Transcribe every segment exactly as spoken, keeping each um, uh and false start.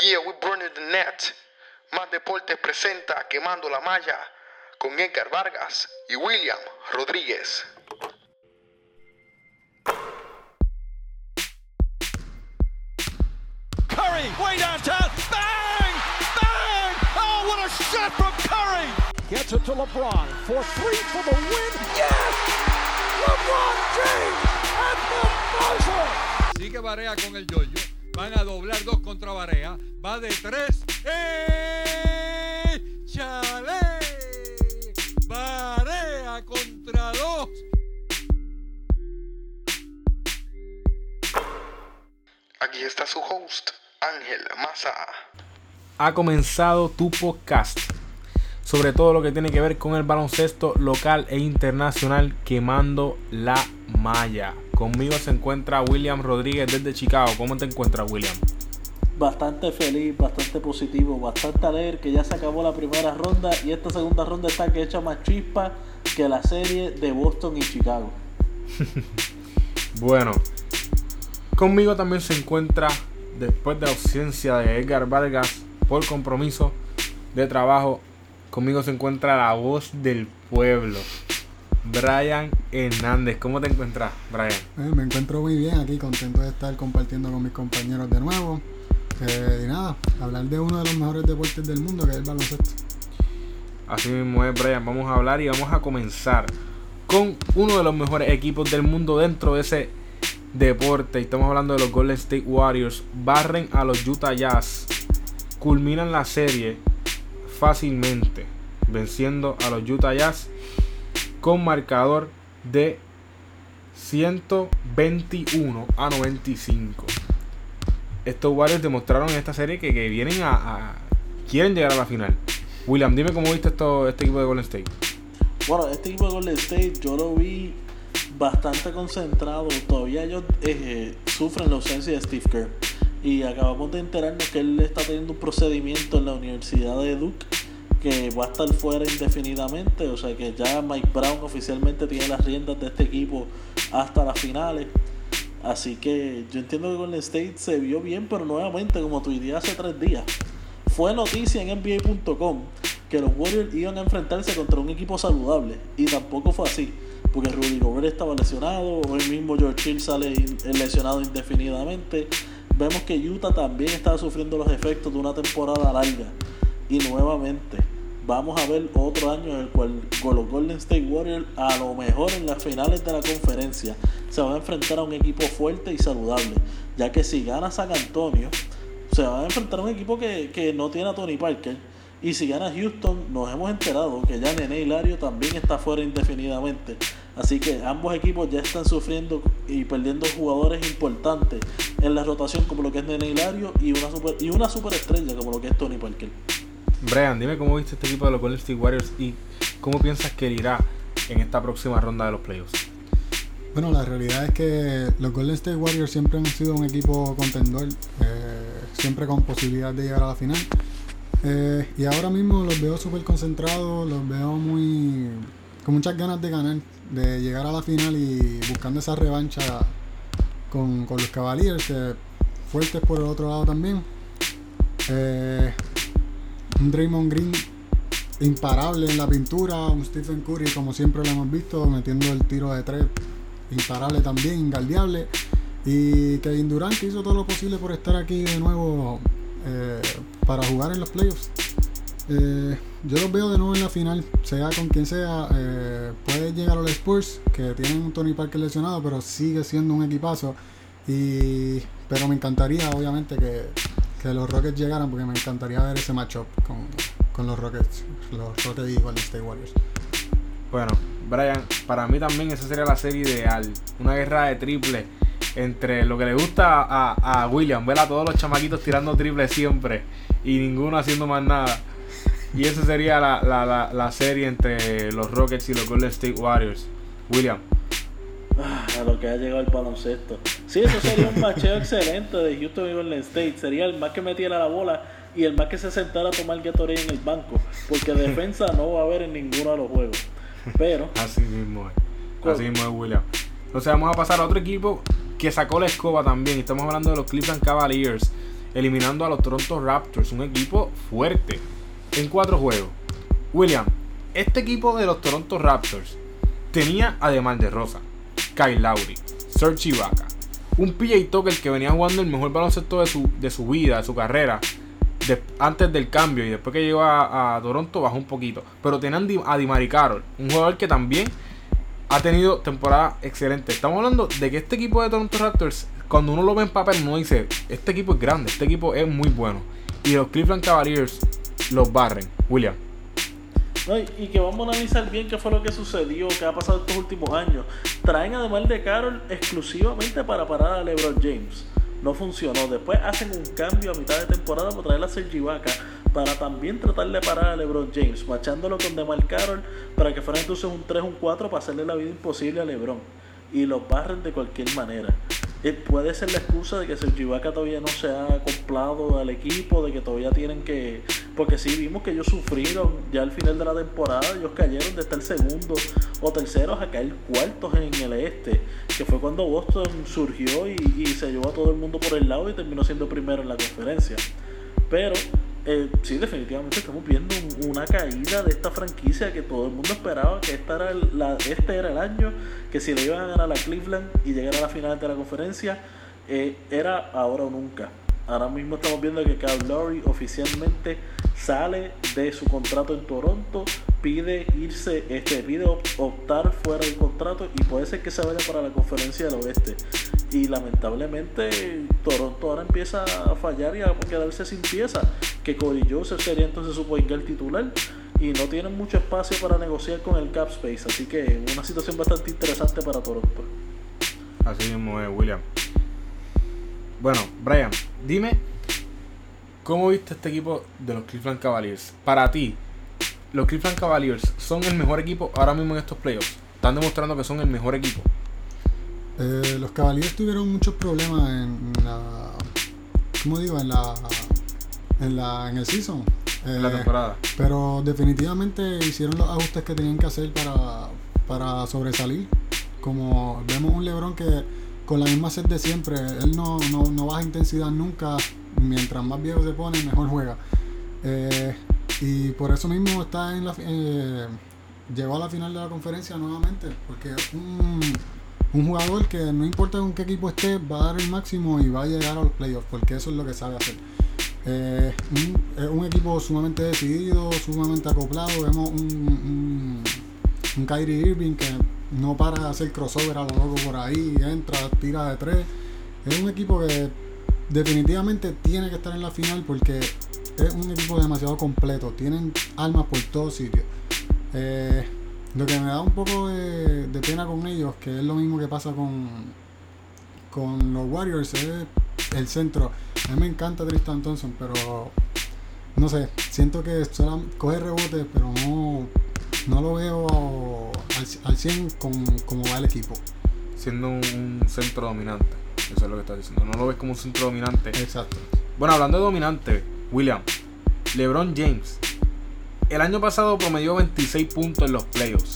Yeah, we burning the net. Más Deportes presenta Quemando la Malla con Edgar Vargas y William Rodríguez. Curry, way downtown, bang! Bang! Oh, what a shot from Curry! Gets it to LeBron for three for the win. Yes! LeBron James at the buzzer! Sigue Barea con el yoyo. Van a doblar dos contra Barea. Va de tres. ¡Eh! ¡Chale! Barea contra dos. Aquí está su host, Ángel Maza. Ha comenzado tu podcast sobre todo lo que tiene que ver con el baloncesto local e internacional, Quemando la Malla. Conmigo se encuentra William Rodríguez desde Chicago. ¿Cómo te encuentras, William? Bastante feliz, bastante positivo, bastante alegre que ya se acabó la primera ronda y esta segunda ronda está que echa más chispa que la serie de Boston y Chicago. Bueno, conmigo también se encuentra, después de la ausencia de Edgar Vargas por compromiso de trabajo, conmigo se encuentra la voz del pueblo, Brian Hernández. ¿Cómo te encuentras, Brian? Eh, me encuentro muy bien aquí, contento de estar compartiendo con mis compañeros de nuevo. Eh, y nada, hablar de uno de los mejores deportes del mundo, que es el baloncesto. Así mismo es, Brian. Vamos a hablar y vamos a comenzar con uno de los mejores equipos del mundo dentro de ese deporte. Y estamos hablando de los Golden State Warriors. Barren a los Utah Jazz. Culminan la serie fácilmente, venciendo a los Utah Jazz con marcador de ciento veintiuno a noventa y cinco. Estos Warriors demostraron en esta serie que, que vienen a, a quieren llegar a la final. William, dime cómo viste esto, este equipo de Golden State. Bueno, este equipo de Golden State yo lo vi bastante concentrado. Todavía ellos eh, sufren la ausencia de Steve Kerr y acabamos de enterarnos que él está teniendo un procedimiento en la Universidad de Duke que va a estar fuera indefinidamente. O sea que ya Mike Brown oficialmente tiene las riendas de este equipo hasta las finales. Así que yo entiendo que Golden State se vio bien, pero nuevamente, como tuiteé hace tres días, fue noticia en N B A punto com que los Warriors iban a enfrentarse contra un equipo saludable, y tampoco fue así, porque Rudy Gobert estaba lesionado, hoy mismo George Hill sale lesionado indefinidamente. Vemos que Utah también estaba sufriendo los efectos de una temporada larga, y nuevamente vamos a ver otro año en el cual los Golden State Warriors, a lo mejor en las finales de la conferencia, se van a enfrentar a un equipo fuerte y saludable, ya que si gana San Antonio se van a enfrentar a un equipo que, que no tiene a Tony Parker, y si gana Houston nos hemos enterado que ya Nene Hilario también está fuera indefinidamente. Así que ambos equipos ya están sufriendo y perdiendo jugadores importantes en la rotación, como lo que es Nene Hilario y una super, y una superestrella como lo que es Tony Parker. Brian, dime cómo viste este equipo de los Golden State Warriors y cómo piensas que irá en esta próxima ronda de los playoffs. Bueno, la realidad es que los Golden State Warriors siempre han sido un equipo contendor, eh, siempre con posibilidad de llegar a la final. Eh, y ahora mismo los veo súper concentrados, los veo muy con muchas ganas de ganar, de llegar a la final y buscando esa revancha con, con los Cavaliers, que fuertes por el otro lado también. Eh, un Draymond Green imparable en la pintura, un Stephen Curry como siempre lo hemos visto, metiendo el tiro de tres, imparable también, ingaldeable, y Kevin Durant, que hizo todo lo posible por estar aquí de nuevo eh, para jugar en los playoffs. Eh, yo los veo de nuevo en la final, sea con quien sea. Eh, puede llegar a los Spurs, que tienen un Tony Parker lesionado, pero sigue siendo un equipazo, y pero me encantaría obviamente que, que los Rockets llegaran, porque me encantaría ver ese matchup con, con los Rockets, los Rockets y Golden State Warriors. Bueno, Brian, para mí también esa sería la serie ideal. Una guerra de triple entre lo que le gusta a, a William, ver a todos los chamaquitos tirando triple siempre y ninguno haciendo más nada. Y esa sería la, la, la, la serie entre los Rockets y los Golden State Warriors. William. Ah, a lo que ha llegado el baloncesto. Sí, eso sería un macheo excelente de Houston y Golden State. Sería el más que metiera la bola y el más que se sentara a tomar Gatorade en el banco, porque defensa no va a haber en ninguno de los juegos. Pero así mismo es. Así mismo es, William. Entonces vamos a pasar a otro equipo que sacó la escoba también. Estamos hablando de los Cleveland Cavaliers. eliminando a los Toronto Raptors, un equipo fuerte, en cuatro juegos. William, este equipo de los Toronto Raptors tenía a DeMar DeRozan, Kyle Lowry, Serge Ibaka, un P J Tucker que venía jugando el mejor baloncesto de su, de su vida, de su carrera, de, antes del cambio, y después que llegó a, a Toronto bajó un poquito. Pero tenían a DeMar Carroll, un jugador que también ha tenido temporada excelente. Estamos hablando de que este equipo de Toronto Raptors, cuando uno lo ve en papel, uno dice, este equipo es grande, este equipo es muy bueno. Y los Cleveland Cavaliers los barren. William. No, y, y que vamos a analizar bien qué fue lo que sucedió, qué ha pasado estos últimos años. Traen a DeMar DeRozan exclusivamente para parar a LeBron James. No funcionó. Después hacen un cambio a mitad de temporada para traer a Serge Ibaka para también tratar de parar a LeBron James, machándolo con DeMar Carroll para que fuera entonces un tres, un cuatro para hacerle la vida imposible a LeBron. Y lo barren de cualquier manera. Eh, puede ser la excusa de que Serge Ibaka todavía no se ha acoplado al equipo, de que todavía tienen que... Porque sí, vimos que ellos sufrieron ya al final de la temporada, ellos cayeron de estar segundo o terceros a caer cuartos en el este, que fue cuando Boston surgió y, y se llevó a todo el mundo por el lado y terminó siendo primero en la conferencia. Pero eh, sí, definitivamente estamos viendo un, una caída de esta franquicia que todo el mundo esperaba que esta era el, la, este era el año que si le iban a ganar a Cleveland y llegar a la final de la conferencia, eh, era ahora o nunca. Ahora mismo estamos viendo que Kyle Lowry oficialmente sale de su contrato en Toronto, pide irse, este, pide optar fuera del contrato y puede ser que se vaya para la conferencia del oeste. Y lamentablemente Toronto ahora empieza a fallar y a quedarse sin pieza, que Cody Joseph sería entonces su point guard titular y no tienen mucho espacio para negociar con el cap space, así que una situación bastante interesante para Toronto. Así mismo es, William. Bueno, Brian, dime, ¿cómo viste este equipo de los Cleveland Cavaliers? Para ti, ¿los Cleveland Cavaliers son el mejor equipo ahora mismo en estos playoffs? Están demostrando que son el mejor equipo. Eh, los Cavaliers tuvieron muchos problemas en la... ¿Cómo digo? En la... En, la, en el season. Eh, En la temporada. Pero definitivamente hicieron los ajustes que tenían que hacer para, para sobresalir. Como vemos un LeBron que... Con la misma sed de siempre, él no, no, no baja intensidad nunca, mientras más viejo se pone, mejor juega. Eh, y por eso mismo está en la eh, llegó a la final de la conferencia nuevamente, porque un, un jugador que no importa con qué equipo esté, va a dar el máximo y va a llegar a los playoffs, porque eso es lo que sabe hacer. Eh, un, un equipo sumamente decidido, sumamente acoplado. Vemos un, un, un Kyrie Irving que no para de hacer crossover a lo loco por ahí, entra, tira de tres. Es un equipo que definitivamente tiene que estar en la final porque es un equipo demasiado completo. Tienen armas por todos sitios. Eh, lo que me da un poco de, de pena con ellos, que es lo mismo que pasa con, con los Warriors, es el centro. A mí me encanta Tristan Thompson, pero no sé, siento que solo coge rebotes, pero no... No lo veo al, al cien con, como va el equipo. Siendo un, un centro dominante. Eso es lo que estás diciendo. No lo ves como un centro dominante. Exacto. Bueno, hablando de dominante, William, LeBron James. El año pasado promedió veintiséis puntos en los playoffs.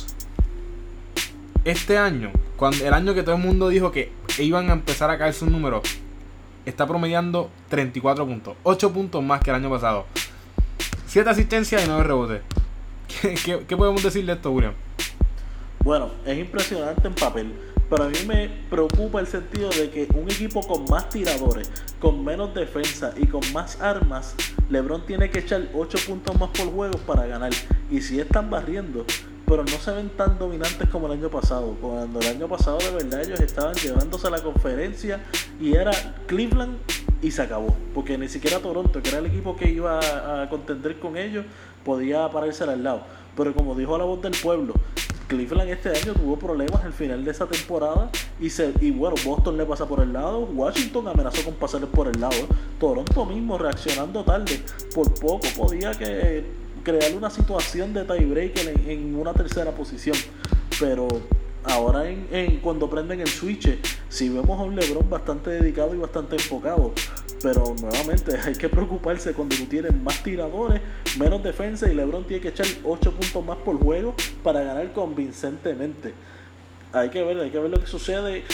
Este año, cuando el año que todo el mundo dijo que iban a empezar a caer sus números, está promediando treinta y cuatro puntos. ocho puntos más que el año pasado. siete asistencias y nueve rebotes. ¿Qué, qué, ¿Qué podemos decir de esto, William? Bueno, es impresionante en papel, pero a mí me preocupa el sentido de que un equipo con más tiradores, con menos defensa y con más armas, LeBron tiene que echar ocho puntos más por juego para ganar. Y sí están barriendo, pero no se ven tan dominantes como el año pasado. Cuando el año pasado de verdad ellos estaban llevándose a la conferencia y era Cleveland y se acabó, porque ni siquiera Toronto, que era el equipo que iba a, a contender con ellos, podía pararse al lado. Pero como dijo la voz del pueblo, Cleveland este año tuvo problemas al final de esa temporada y, se, y bueno, Boston le pasa por el lado, Washington amenazó con pasarles por el lado, Toronto mismo reaccionando tarde, por poco podía que crear una situación de tiebreak en, en una tercera posición, pero ahora en, en cuando prenden el switch, si vemos a un LeBron bastante dedicado y bastante enfocado, pero nuevamente hay que preocuparse cuando tú tienes más tiradores, menos defensa y LeBron tiene que echar ocho puntos más por juego para ganar convincentemente. Hay que ver, hay que ver lo que sucede.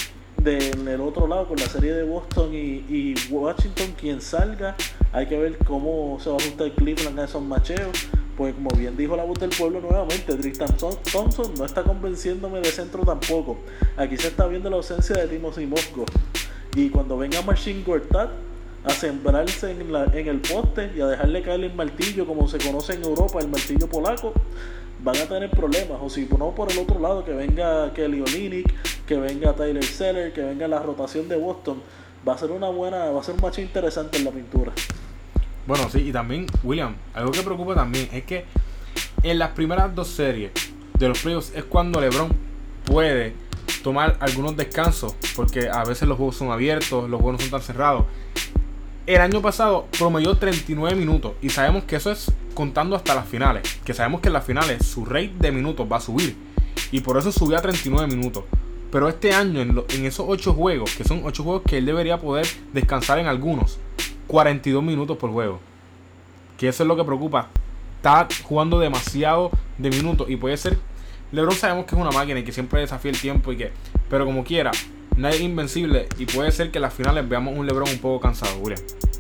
de en el otro lado con la serie de Boston y, y Washington, quien salga, hay que ver cómo se va a ajustar Cleveland a esos macheos. Pues como bien dijo la voz del pueblo nuevamente, Tristan Thompson no está convenciéndome de centro tampoco. Aquí se está viendo la ausencia de Timothy Mozgov. Y cuando venga Marcin Gortat a sembrarse en, la, en el poste y a dejarle caer el martillo, como se conoce en Europa, el martillo polaco, van a tener problemas. O si no, por el otro lado, que venga Kelly Olynyk, que venga Tyler Zeller, que venga la rotación de Boston, va a ser una buena, va a ser un match interesante en la pintura. Bueno, sí, y también, William, algo que preocupa también es que en las primeras dos series de los playoffs es cuando LeBron puede tomar algunos descansos, porque a veces los juegos son abiertos, los juegos no son tan cerrados. El año pasado promedió treinta y nueve minutos, y sabemos que eso es contando hasta las finales, que sabemos que en las finales su rate de minutos va a subir, y por eso subió a treinta y nueve minutos. Pero este año, en, lo, en esos ocho juegos, que son ocho juegos que él debería poder descansar en algunos, cuarenta y dos minutos por juego. Que eso es lo que preocupa. Está jugando demasiado de minutos. Y puede ser... LeBron sabemos que es una máquina y que siempre desafía el tiempo y que... Pero como quiera, nadie es invencible. Y puede ser que en las finales veamos un LeBron un poco cansado, William.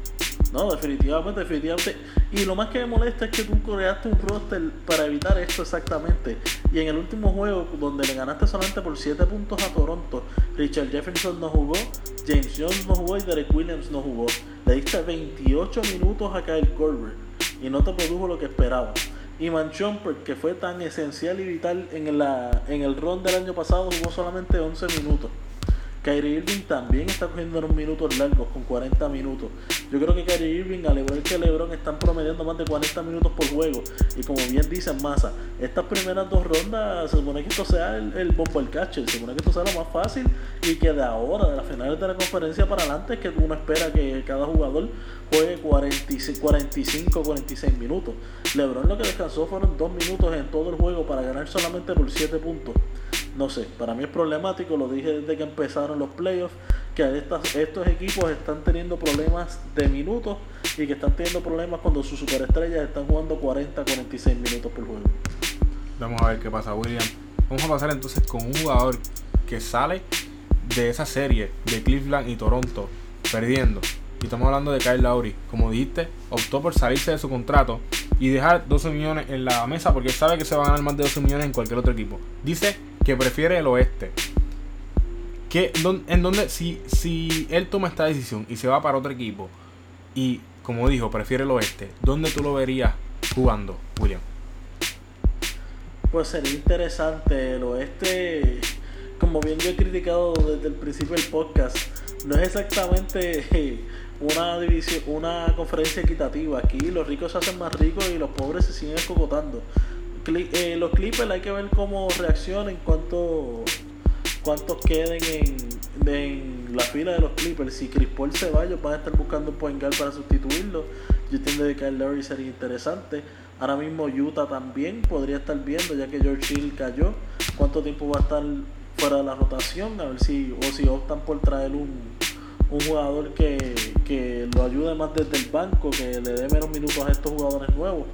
No, definitivamente, definitivamente. Y lo más que me molesta es que tú creaste un roster para evitar esto exactamente. Y en el último juego, donde le ganaste solamente por siete puntos a Toronto, Richard Jefferson no jugó, James Jones no jugó y Derek Williams no jugó. Le diste veintiocho minutos a Kyle Korver y no te produjo lo que esperaba. Y Iman Shumpert, que fue tan esencial y vital en, la, en el run del año pasado, jugó solamente once minutos. Kyrie Irving también está cogiendo unos minutos largos, con cuarenta minutos. Yo creo que Kyrie Irving, al igual que LeBron, están promediando más de cuarenta minutos por juego. Y como bien dicen Massa, estas primeras dos rondas se supone que esto sea el, el bombo catcher, se supone que esto sea lo más fácil y que de ahora, de las finales de la conferencia para adelante, es que uno espera que cada jugador juegue cuarenta y cinco, cuarenta y seis minutos. LeBron lo que descansó fueron dos minutos en todo el juego para ganar solamente por siete puntos. No sé, para mí es problemático, lo dije desde que empezaron los playoffs, que estas, estos equipos están teniendo problemas de minutos y que están teniendo problemas cuando sus superestrellas están jugando cuarenta, cuarenta y seis minutos por juego. Vamos a ver qué pasa, William. Vamos a pasar entonces con un jugador que sale de esa serie de Cleveland y Toronto perdiendo. Y estamos hablando de Kyle Lowry. Como dijiste, optó por salirse de su contrato y dejar doce millones en la mesa porque sabe que se va a ganar más de doce millones en cualquier otro equipo. Dice que prefiere el oeste. Que, en donde si, si él toma esta decisión y se va para otro equipo y, como dijo, prefiere el oeste, ¿dónde tú lo verías jugando, William? Pues sería interesante. El oeste, como bien yo he criticado desde el principio del podcast, no es exactamente una división, una conferencia equitativa. Aquí los ricos se hacen más ricos y los pobres se siguen escocotando. Eh, los Clippers hay que ver cómo reaccionan, cuánto, cuántos queden en, en la fila de los Clippers. Si Chris Paul se va, ellos van a estar buscando un point guard para sustituirlo. Yo entiendo que Kyle Lowry sería interesante. Ahora mismo Utah también podría estar viendo, ya que George Hill cayó, cuánto tiempo va a estar fuera de la rotación, a ver si, o si optan por traer un, un jugador que, que lo ayude más desde el banco, que le dé menos minutos a estos jugadores nuevos.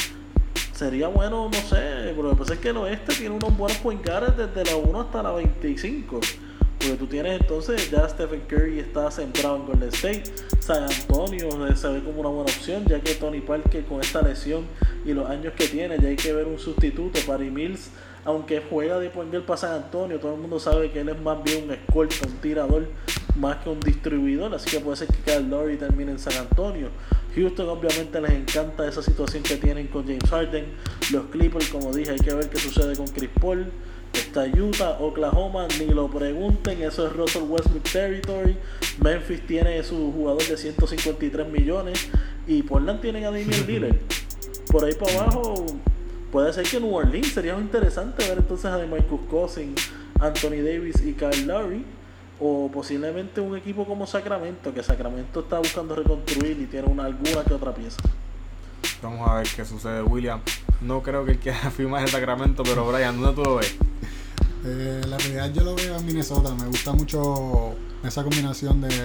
Sería bueno, no sé, pero lo que pasa es que el oeste tiene unos buenos point guards desde la uno hasta la veinticinco. Porque tú tienes entonces, ya Stephen Curry está centrado en Golden State. San Antonio se ve como una buena opción, ya que Tony Parker con esta lesión y los años que tiene, ya hay que ver un sustituto. Patty Mills, aunque juega de point guard para San Antonio, todo el mundo sabe que él es más bien un escolta, un tirador, más que un distribuidor. Así que puede ser que Kyle Lowry termine en San Antonio. Houston obviamente les encanta esa situación que tienen con James Harden. Los Clippers, como dije, hay que ver qué sucede con Chris Paul. Está Utah, Oklahoma, ni lo pregunten, eso es Russell Westbrook territory. Memphis tiene su jugador de ciento cincuenta y tres millones y Portland tienen a Damian Lillard. Por ahí para abajo puede ser que New Orleans sería interesante ver entonces a DeMarcus Cousins, Anthony Davis y Kyle Lowry. O posiblemente un equipo como Sacramento, que Sacramento está buscando reconstruir y tiene una, alguna que otra pieza. Vamos a ver qué sucede, William. No creo que él quiera firmar en Sacramento, pero Brian, ¿dónde tú lo ves? Eh, la realidad yo lo veo en Minnesota. Me gusta mucho esa combinación de,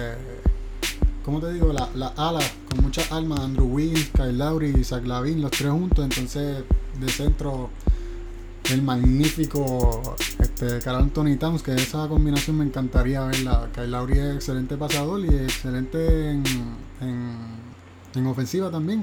¿cómo te digo? Las la alas con muchas armas. Andrew Wiggins, Kyle Lowry y Zach LaVine, los tres juntos. Entonces de centro el magnífico este, Karl Anthony Towns, que esa combinación me encantaría verla. Kyle Lowry es excelente pasador y excelente en, en, en ofensiva también.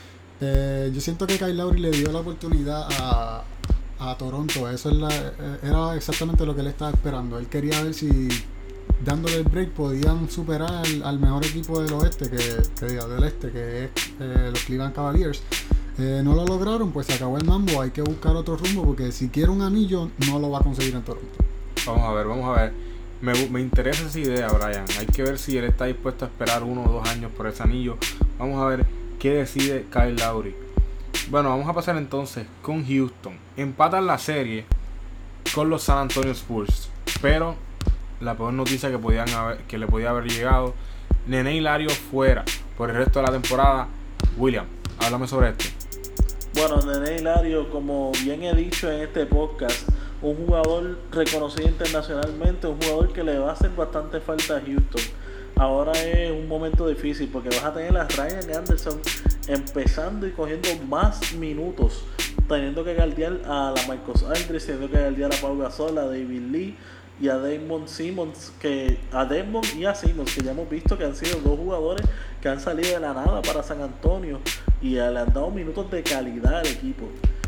Eh, yo siento que Kyle Lowry le dio la oportunidad a, a Toronto. Eso es la, era exactamente lo que él estaba esperando. Él quería ver si dándole el break podían superar al, al mejor equipo del oeste, que, que del este, que es eh, los Cleveland Cavaliers. Eh, no lo lograron, pues se acabó el mambo. Hay que buscar otro rumbo, porque si quiere un anillo no lo va a conseguir en Toronto. Vamos a ver, vamos a ver. Me, me interesa esa idea, Brian. Hay que ver si él está dispuesto a esperar uno o dos años por ese anillo. Vamos a ver qué decide Kyle Lowry. Bueno, vamos a pasar entonces con Houston. Empatan la serie con los San Antonio Spurs, pero la peor noticia que, podían haber, que le podía haber llegado: Nene Hilario fuera por el resto de la temporada. William, háblame sobre esto. Bueno, Nene Hilario, como bien he dicho en este podcast, un jugador reconocido internacionalmente, un jugador que le va a hacer bastante falta a Houston. Ahora es un momento difícil porque vas a tener a Ryan Anderson empezando y cogiendo más minutos, teniendo que guardiar a la Marcus Aldridge, teniendo que guardiar a Pau Gasol, a David Lee y a Damon Simmons, que a Damon y a Simmons, que ya hemos visto que han sido dos jugadores que han salido de la nada para San Antonio y le han dado minutos de calidad al equipo.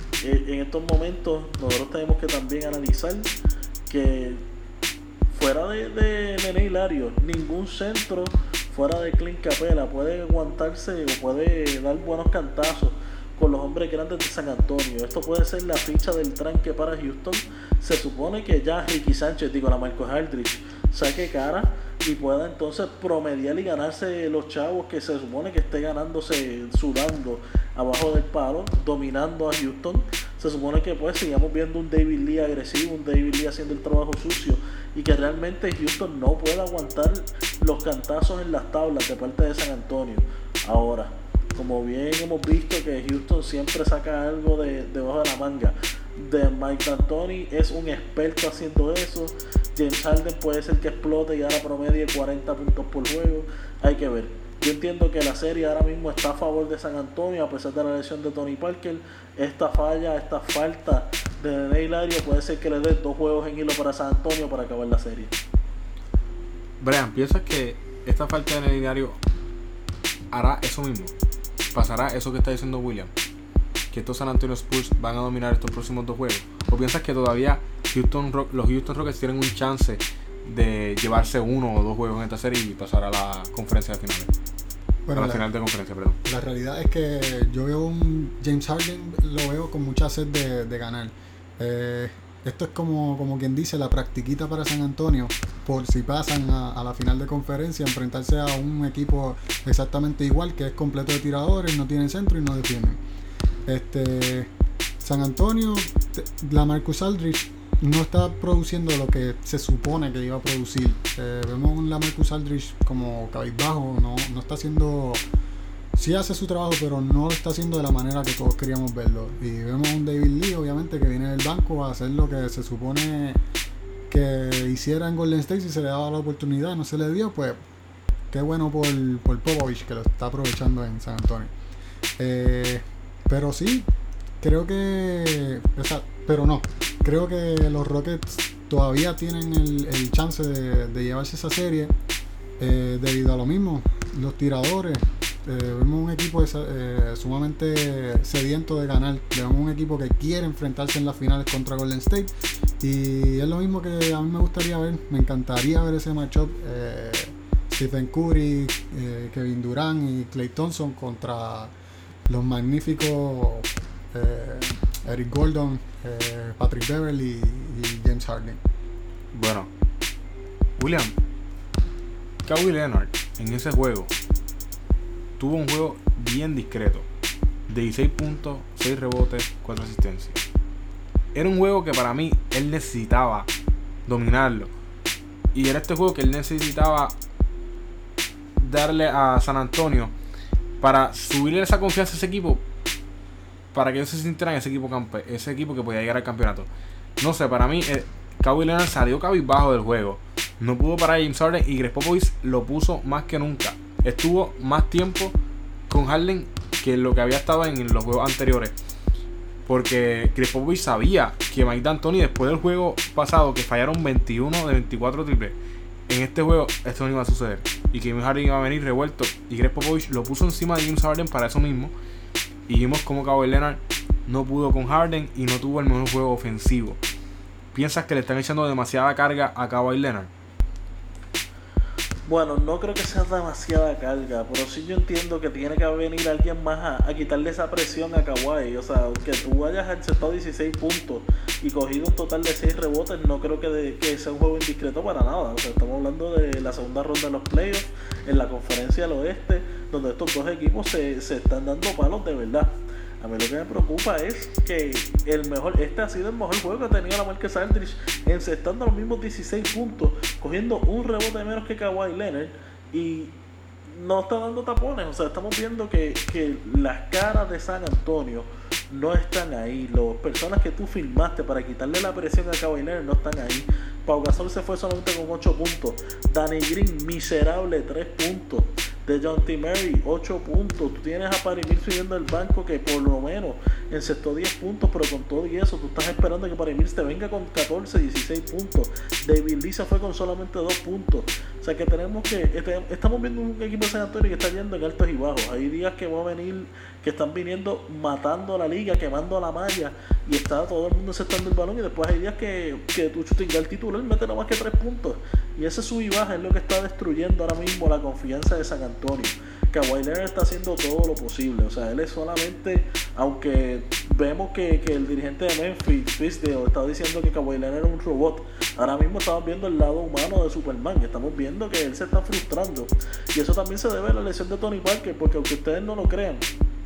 En estos momentos nosotros tenemos que también analizar que fuera de, de Nene Hilario, ningún centro fuera de Clint Capela puede aguantarse o puede dar buenos cantazos con los hombres grandes de San Antonio. Esto puede ser la ficha del tranque para Houston. Se supone que ya Ricky Sánchez, digo la Marcus Aldridge, saque cara y pueda entonces promediar y ganarse los chavos que se supone que esté ganándose sudando abajo del palo, dominando a Houston. Se supone que pues sigamos viendo un David Lee agresivo, un David Lee haciendo el trabajo sucio, y que realmente Houston no pueda aguantar los cantazos en las tablas de parte de San Antonio. Ahora, como bien hemos visto que Houston siempre saca algo de debajo de la manga de Mike D'Antoni, es un experto haciendo eso. James Harden puede ser que explote y ahora promedie cuarenta puntos por juego. Hay que ver. Yo entiendo que la serie ahora mismo está a favor de San Antonio a pesar de la lesión de Tony Parker. Esta falla, esta falta de Nene Hilario puede ser que le dé dos juegos en hilo para San Antonio para acabar la serie. Brian, ¿piensas que esta falta de Nene Hilario hará eso mismo? ¿Pasará eso que está diciendo William? ¿Que estos San Antonio Spurs van a dominar estos próximos dos juegos? ¿O piensas que todavía Houston Rock, los Houston Rockets tienen un chance de llevarse uno o dos juegos en esta serie y pasar a la conferencia de finales? Bueno, a la, la final de conferencia, perdón. La realidad es que yo veo un James Harden, lo veo con mucha sed de, de ganar. Eh, esto es como, como quien dice, la practiquita para San Antonio, por si pasan a, a la final de conferencia, enfrentarse a un equipo exactamente igual, que es completo de tiradores, no tienen centro y no defienden. Este, San Antonio, la Marcus Aldridge no está produciendo lo que se supone que iba a producir. Eh, vemos a la Marcus Aldridge como cabizbajo, no, no está haciendo... Sí hace su trabajo, pero no lo está haciendo de la manera que todos queríamos verlo. Y vemos a un David Lee, obviamente, que viene del banco a hacer lo que se supone que hiciera en Golden State si se le daba la oportunidad. No se le dio, pues qué bueno por, por Popovich, que lo está aprovechando en San Antonio. Eh, pero sí, creo que... O sea, pero no, creo que los Rockets todavía tienen el, el chance de, de llevarse esa serie eh, debido a lo mismo, los tiradores. Eh, vemos un equipo eh, sumamente sediento de ganar. Vemos un equipo que quiere enfrentarse en las finales contra Golden State. Y es lo mismo que a mí me gustaría ver. Me encantaría ver ese matchup. Eh, Stephen Curry, eh, Kevin Durant y Klay Thompson contra los magníficos eh, Eric Gordon, eh, Patrick Beverley y James Harden. Bueno, William, Kawhi Leonard en ese juego tuvo un juego bien discreto, dieciséis puntos, seis rebotes, cuatro asistencias. Era un juego que para mí él necesitaba dominarlo, y era este juego que él necesitaba darle a San Antonio para subirle esa confianza a ese equipo, para que ellos se sintieran ese equipo campe- ese equipo que podía llegar al campeonato. No sé, para mí eh, Kawhi Leonard salió cabizbajo del juego, no pudo parar a James Harden, y Greg Popovich lo puso más que nunca. Estuvo más tiempo con Harden que lo que había estado en los juegos anteriores. Porque Greg Popovich sabía que Mike D'Antoni, después del juego pasado, que fallaron veintiuno de veinticuatro triples, en este juego esto no iba a suceder. Y que James Harden iba a venir revuelto. Y Greg Popovich lo puso encima de James Harden para eso mismo. Y vimos como Kawhi Leonard no pudo con Harden y no tuvo el mejor juego ofensivo. ¿Piensas que le están echando demasiada carga a Kawhi Leonard? Bueno, no creo que sea demasiada carga, pero sí yo entiendo que tiene que venir alguien más a, a quitarle esa presión a Kawhi. O sea, que tú hayas encestado dieciséis puntos y cogido un total de seis rebotes, no creo que, de, que sea un juego indiscreto para nada. O sea, estamos hablando de la segunda ronda de los playoffs en la conferencia del oeste, donde estos dos equipos se, se están dando palos de verdad. A mí lo que me preocupa es que el mejor, este ha sido el mejor juego que ha tenido la Marcus Aldridge, encestando los mismos dieciséis puntos, cogiendo un rebote menos que Kawhi Leonard y no está dando tapones. O sea, estamos viendo que, que las caras de San Antonio no están ahí. Las personas que tú firmaste para quitarle la presión a Kawhi Leonard no están ahí. Pau Gasol se fue solamente con ocho puntos. Danny Green, miserable, tres puntos. DeJounte Murray, ocho puntos. Tú tienes a Patty Mills subiendo del banco que por lo menos encestó diez puntos, pero con todo y eso tú estás esperando que Patty Mills te venga con catorce, dieciséis puntos. David Lee se fue con solamente dos puntos. O sea que tenemos que este, estamos viendo un equipo de San Antonio que está yendo en altos y bajos. Hay días que va a venir, que están viniendo matando a la liga, quemando a la malla y está todo el mundo encestando el balón, y después hay días que, que tu shooting guard titular mete no más que tres puntos. Y ese sub y baja es lo que está destruyendo ahora mismo la confianza de San Antonio. Kawhi Leonard está haciendo todo lo posible. O sea, él es solamente, aunque vemos que, que el dirigente de Memphis, Fizdale, está diciendo que Kawhi Leonard era un robot, ahora mismo estamos viendo el lado humano de Superman. Y estamos viendo que él se está frustrando. Y eso también se debe a la lesión de Tony Parker, porque aunque ustedes no lo crean,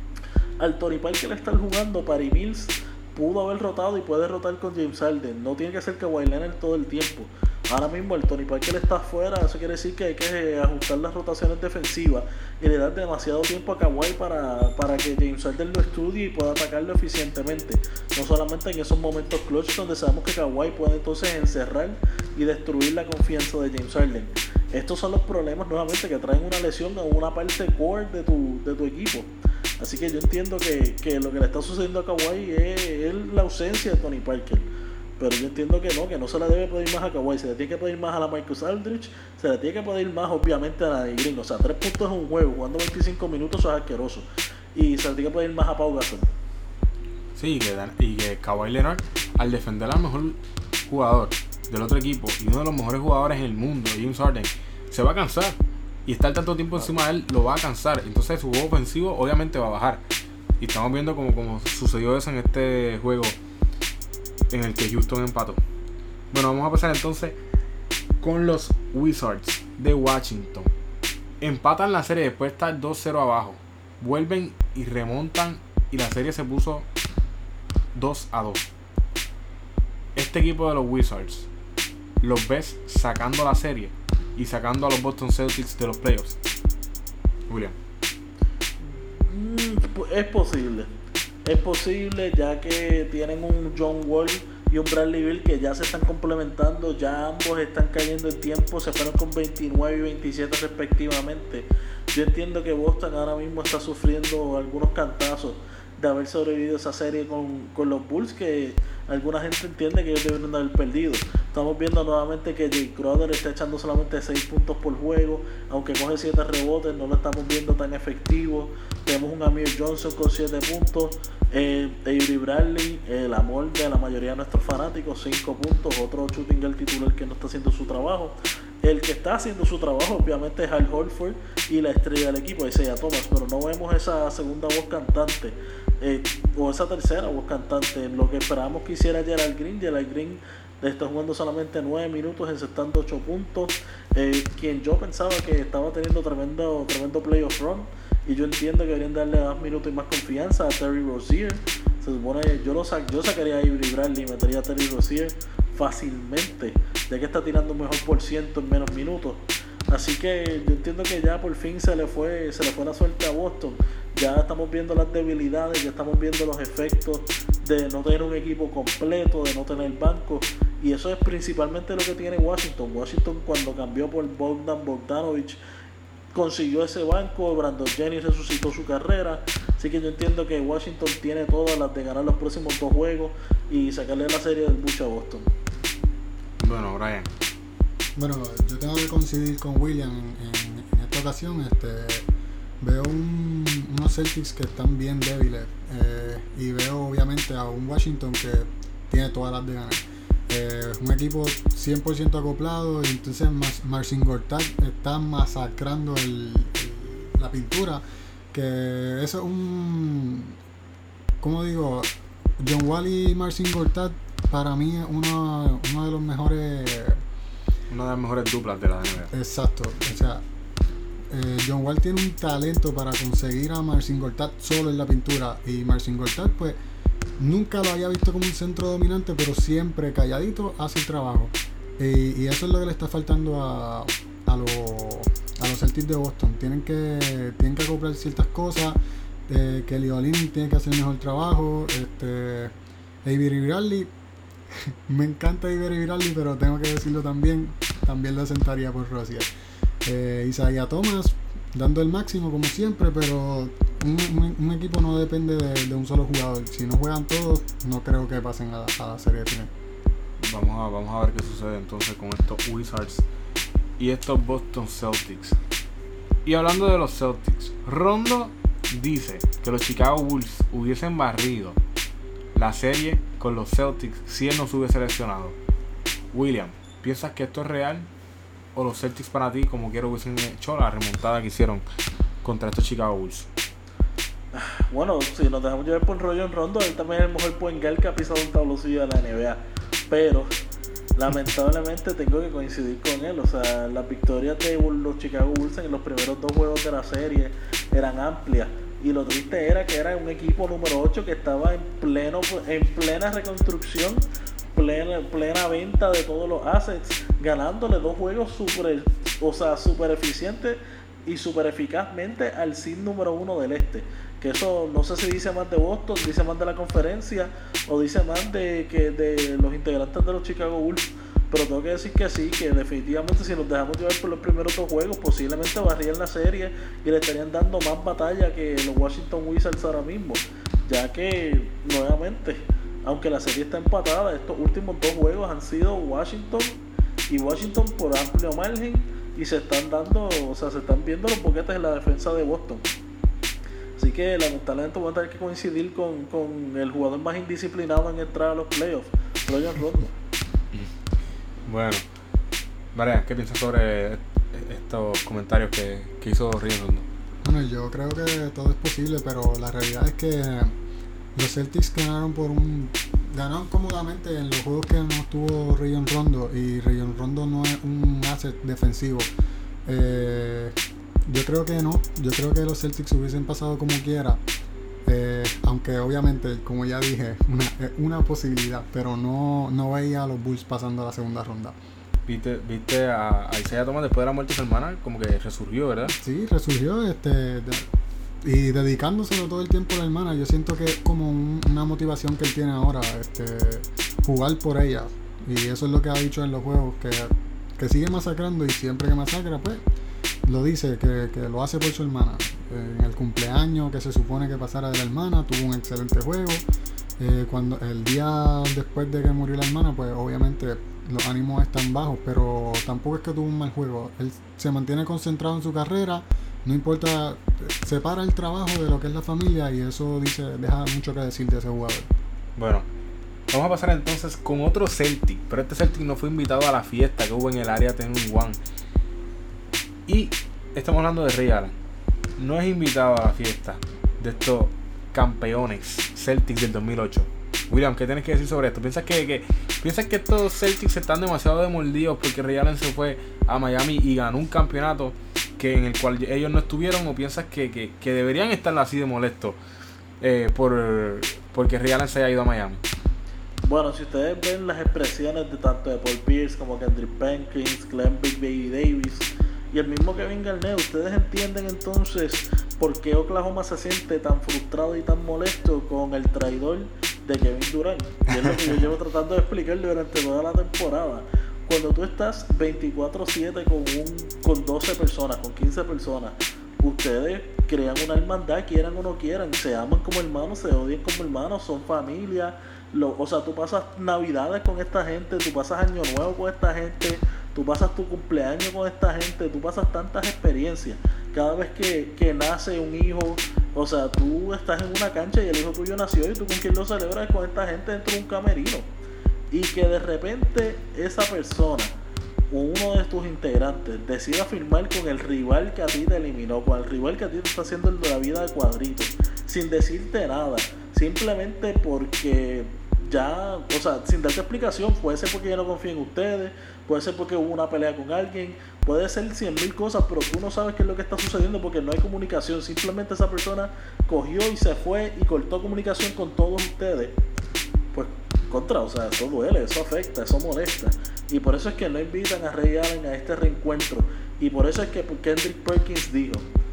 al Tony Parker le están jugando, Patty Mills pudo haber rotado y puede rotar con James Harden. No tiene que ser Kawhi Leonard todo el tiempo. Ahora mismo el Tony Parker está afuera, eso quiere decir que hay que ajustar las rotaciones defensivas y le dar demasiado tiempo a Kawhi para, para que James Harden lo estudie y pueda atacarlo eficientemente. No solamente en esos momentos clutch donde sabemos que Kawhi puede entonces encerrar y destruir la confianza de James Harden. Estos son los problemas nuevamente que traen una lesión a una parte core de tu, de tu equipo. Así que yo entiendo que, que lo que le está sucediendo a Kawhi es, es la ausencia de Tony Parker. Pero yo entiendo que no, que no se le debe pedir más a Kawhi, se le tiene que pedir más a la Marcus Aldridge, se le tiene que pedir más obviamente a la de Green. O sea, tres puntos es un juego, jugando veinticinco minutos eso es asqueroso. Y se le tiene que pedir más a Pau Gasol. Sí, que, y que Kawhi Leonard, al defender al mejor jugador del otro equipo y uno de los mejores jugadores en el mundo, James Harden, se va a cansar. Y estar tanto tiempo encima de él lo va a cansar. Entonces su juego ofensivo obviamente va a bajar. Y estamos viendo como, como sucedió eso en este juego en el que Houston empató. Bueno, vamos a pasar entonces con los Wizards de Washington. Empatan la serie después de estar dos cero abajo. Vuelven y remontan y la serie se puso dos a dos. Este equipo de los Wizards, ¿los ves sacando la serie y sacando a los Boston Celtics de los playoffs? William. Mm, es posible. Es posible, ya que tienen un John Wall y un Bradley Beal que ya se están complementando, ya ambos están cayendo en tiempo, se fueron con veintinueve y veintisiete respectivamente. Yo entiendo que Boston ahora mismo está sufriendo algunos cantazos de haber sobrevivido esa serie con, con los Bulls, que alguna gente entiende que ellos deben haber perdido. Estamos viendo nuevamente que Jay Crowder está echando solamente seis puntos por juego, aunque coge siete rebotes, no lo estamos viendo tan efectivo. Tenemos un Amir Johnson con siete puntos, eh, Avery Bradley, el amor de la mayoría de nuestros fanáticos, cinco puntos, otro shooting guard titular que no está haciendo su trabajo. El que está haciendo su trabajo obviamente es Al Horford y la estrella del equipo, Isaiah Thomas, pero no vemos esa segunda voz cantante eh, o esa tercera voz cantante. Lo que esperábamos que hiciera Gerald Green. Gerald Green está jugando solamente nueve minutos, encestando ocho puntos, eh, quien yo pensaba que estaba teniendo tremendo, tremendo playoff run, y yo entiendo que deberían darle más minutos y más confianza a Terry Rozier. Se supone que yo, lo sa- yo sacaría a Avery Bradley y metería a Terry Rozier fácilmente, ya que está tirando un mejor por ciento en menos minutos. Así que yo entiendo que ya por fin se le fue se le fue la suerte a Boston. Ya estamos viendo las debilidades, ya estamos viendo los efectos de no tener un equipo completo, de no tener banco, y eso es principalmente lo que tiene Washington. Washington, cuando cambió por Bogdan Bogdanovic, consiguió ese banco. Brandon Jennings resucitó su carrera. Así que yo entiendo que Washington tiene todas las de ganar los próximos dos juegos y sacarle la serie del bucho a Boston. Bueno, Brian. Bueno, yo tengo que coincidir con William en, en, en esta ocasión. Este, veo un, unos Celtics que están bien débiles eh, y veo obviamente a un Washington que tiene todas las de ganar. Eh, un equipo cien por ciento acoplado y entonces Marcin Gortat está masacrando el, el, la pintura, que eso es un, ¿cómo digo? John Wall y Marcin Gortat para mí es uno, uno de los mejores, una de las mejores duplas de la N B A. Exacto, o sea, eh, John Wall tiene un talento para conseguir a Marcin Gortat solo en la pintura, y Marcin Gortat pues nunca lo había visto como un centro dominante, pero siempre calladito hace el trabajo. Y, y eso es lo que le está faltando a, a, lo, a los Celtics de Boston. Tienen que, tienen que acoplar ciertas cosas. Eh, Kelly Olynyk tiene que hacer mejor trabajo. Este, Avery Bradley, me encanta Avery Bradley, pero tengo que decirlo también, también lo sentaría por Rozier. Eh, Isaiah Thomas dando el máximo como siempre, pero un, un, un equipo no depende de, de un solo jugador. Si no juegan todos, no creo que pasen a, a la serie de final. Vamos a, vamos a ver qué sucede entonces con estos Wizards y estos Boston Celtics. Y hablando de los Celtics, Rondo dice que los Chicago Bulls hubiesen barrido la serie con los Celtics si él no se hubiese seleccionado. William, ¿piensas que esto es real? ¿O los Celtics para ti, como quiera, hubiesen hecho la remontada que hicieron contra estos Chicago Bulls? Bueno, si nos dejamos llevar por Rajon Rondo, él también es el mejor point guard que ha pisado un tablocillo de la N B A. Pero lamentablemente tengo que coincidir con él. O sea, las victorias de los Chicago Bulls en los primeros dos juegos de la serie eran amplias. Y lo triste era que era un equipo número ocho que estaba en pleno en plena reconstrucción, plena, plena venta de todos los assets, ganándole dos juegos super, o sea, super eficientes y super eficazmente al seed número uno del este. Que eso no sé si dice más de Boston, dice más de la conferencia o dice más de que de los integrantes de los Chicago Bulls. Pero tengo que decir que sí, que definitivamente si nos dejamos llevar por los primeros dos juegos, posiblemente barrían la serie y le estarían dando más batalla que los Washington Wizards ahora mismo. Ya que, nuevamente, aunque la serie está empatada, estos últimos dos juegos han sido Washington y Washington por amplio margen, y se están dando, o sea, se están viendo los boquetes en la defensa de Boston. Así que lamentablemente voy a tener que coincidir con, con el jugador más indisciplinado en entrar a los playoffs, Rajon Rondo. Bueno, Marian, ¿qué piensas sobre estos comentarios que, que hizo Rajon Rondo? Bueno, yo creo que todo es posible, pero la realidad es que los Celtics ganaron por un ganaron cómodamente en los juegos que no estuvo Rajon Rondo, y Rajon Rondo no es un asset defensivo. Eh, yo creo que no, yo creo que los Celtics hubiesen pasado como quiera. Eh, aunque obviamente, como ya dije, una, una posibilidad, pero no, no veía a los Bulls pasando a la segunda ronda. ¿Viste, viste a, a Isaiah Thomas después de la muerte de su hermana? Como que resurgió, ¿verdad? Sí, resurgió este de, y dedicándoselo todo el tiempo a la hermana. Yo siento que es como un, una motivación que él tiene ahora, este, jugar por ella. Y eso es lo que ha dicho en los juegos, que, que sigue masacrando, y siempre que masacra, pues lo dice, que, que lo hace por su hermana. En el cumpleaños que se supone que pasara de la hermana, tuvo un excelente juego. Eh, cuando el día después de que murió la hermana, pues obviamente los ánimos están bajos, pero tampoco es que tuvo un mal juego. Él se mantiene concentrado en su carrera, no importa, separa el trabajo de lo que es la familia, y eso dice, deja mucho que decir de ese jugador. Bueno, vamos a pasar entonces con otro Celtic, pero este Celtic no fue invitado a la fiesta que hubo en el área Ten One. Y estamos hablando de Ray Allen. No es invitado a la fiesta de estos campeones Celtics del dos mil ocho. William, ¿qué tienes que decir sobre esto? ¿Piensas que, que, ¿piensas que estos Celtics están demasiado demordidos porque Ray Allen se fue a Miami y ganó un campeonato que en el cual ellos no estuvieron? ¿O piensas que, que, que deberían estar así de molestos eh, por porque Ray Allen se haya ido a Miami? Bueno, si ustedes ven las expresiones de tanto de Paul Pierce como Kendrick Perkins, Glenn Big Baby Davis y el mismo Kevin Garnett, ustedes entienden entonces por qué Oklahoma se siente tan frustrado y tan molesto con el traidor de Kevin Durant. Y es lo que yo llevo tratando de explicarle durante toda la temporada. Cuando tú estás veinticuatro siete con, un, con doce personas, con quince personas, ustedes crean una hermandad, quieran o no quieran, se aman como hermanos, se odian como hermanos, son familia. Lo, o sea, tú pasas navidades con esta gente, tú pasas año nuevo con esta gente, tú pasas tu cumpleaños con esta gente, tú pasas tantas experiencias. Cada vez que, que nace un hijo, o sea, tú estás en una cancha y el hijo tuyo nació y tú con quien lo celebras con esta gente dentro de un camerino. Y que de repente esa persona, uno de tus integrantes, decida firmar con el rival que a ti te eliminó, con el rival que a ti te está haciendo la vida de cuadrito, sin decirte nada, simplemente porque ya, o sea, sin darte explicación. Puede ser porque ya no confía en ustedes, puede ser porque hubo una pelea con alguien, puede ser cien mil cosas, pero tú no sabes qué es lo que está sucediendo porque no hay comunicación. Simplemente esa persona cogió y se fue y cortó comunicación con todos ustedes. Pues contra, o sea, eso duele, eso afecta, eso molesta. Y por eso es que no invitan a Ray Allen a este reencuentro. Y por eso es que Kendrick Perkins dijo,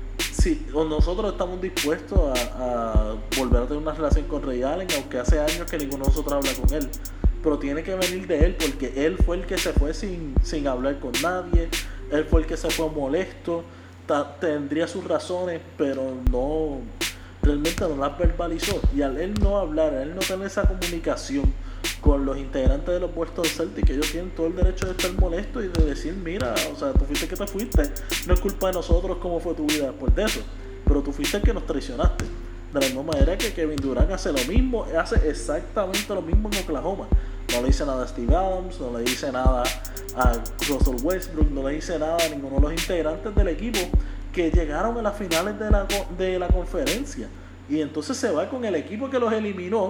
si nosotros estamos dispuestos a, a volver a tener una relación con Ray Allen, aunque hace años que ninguno de nosotros habla con él, pero tiene que venir de él, porque él fue el que se fue sin, sin hablar con nadie, él fue el que se fue molesto, ta, tendría sus razones, pero no, realmente no las verbalizó. Y al él no hablar, al él no tener esa comunicación con los integrantes de los Boston Celtics, ellos tienen todo el derecho de estar molestos y de decir, mira, o sea, tú fuiste que te fuiste, no es culpa de nosotros cómo fue tu vida después de eso, pero tú fuiste el que nos traicionaste. De la misma manera que Kevin Durant hace lo mismo, hace exactamente lo mismo en Oklahoma. No le dice nada a Steve Adams, no le dice nada a Russell Westbrook, no le dice nada a ninguno de los integrantes del equipo que llegaron a las finales de la, de la conferencia. Y entonces se va con el equipo que los eliminó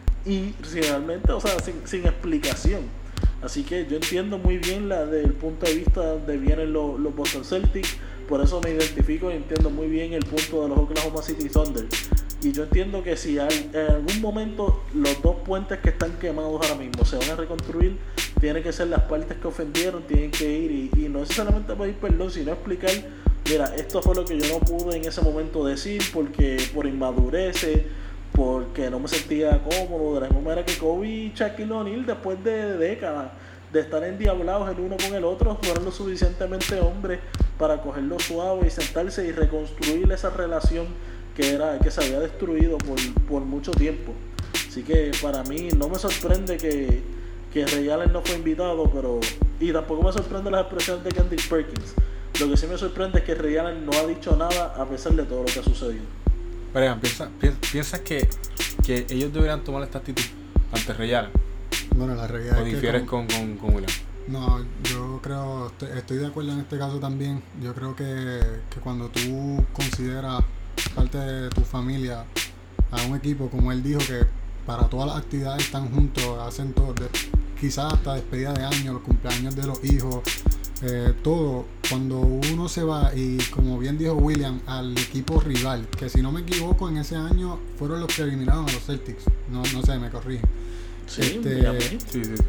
y realmente, o sea, sin, sin explicación. Así que yo entiendo muy bien la del punto de vista de vienen los, los Boston Celtics, por eso me identifico y entiendo muy bien el punto de los Oklahoma City Thunder. Y yo entiendo que si hay, en algún momento los dos puentes que están quemados ahora mismo se van a reconstruir, tienen que ser las partes que ofendieron, tienen que ir y, y no necesariamente pedir perdón, sino explicar, mira, esto fue lo que yo no pude en ese momento decir porque por inmadurez, porque no me sentía cómodo, de la misma manera que Kobe y Shaquille O'Neal, después de décadas de estar endiablados el uno con el otro, fueron lo suficientemente hombres para cogerlo suave y sentarse y reconstruir esa relación que era que se había destruido por, por mucho tiempo. Así que para mí no me sorprende que, que Ray Allen no fue invitado, pero y tampoco me sorprende las expresiones de Kendrick Perkins. Lo que sí me sorprende es que Ray Allen no ha dicho nada a pesar de todo lo que ha sucedido. Brian, ¿piensas piensa que, que ellos deberían tomar esta actitud ante Ray Allen? Bueno, la realidad ¿O es difieres que con, con, con William? No, yo creo, estoy, estoy de acuerdo en este caso también. Yo creo que, que cuando tú consideras parte de tu familia a un equipo, como él dijo, que para todas las actividades están juntos, hacen todo, de, quizás hasta despedida de año, los cumpleaños de los hijos, eh, todo. Cuando uno se va, y como bien dijo William, al equipo rival, que si no me equivoco en ese año fueron los que eliminaron a los Celtics, no, no sé, me corrigen. Sí, este, sí, sí.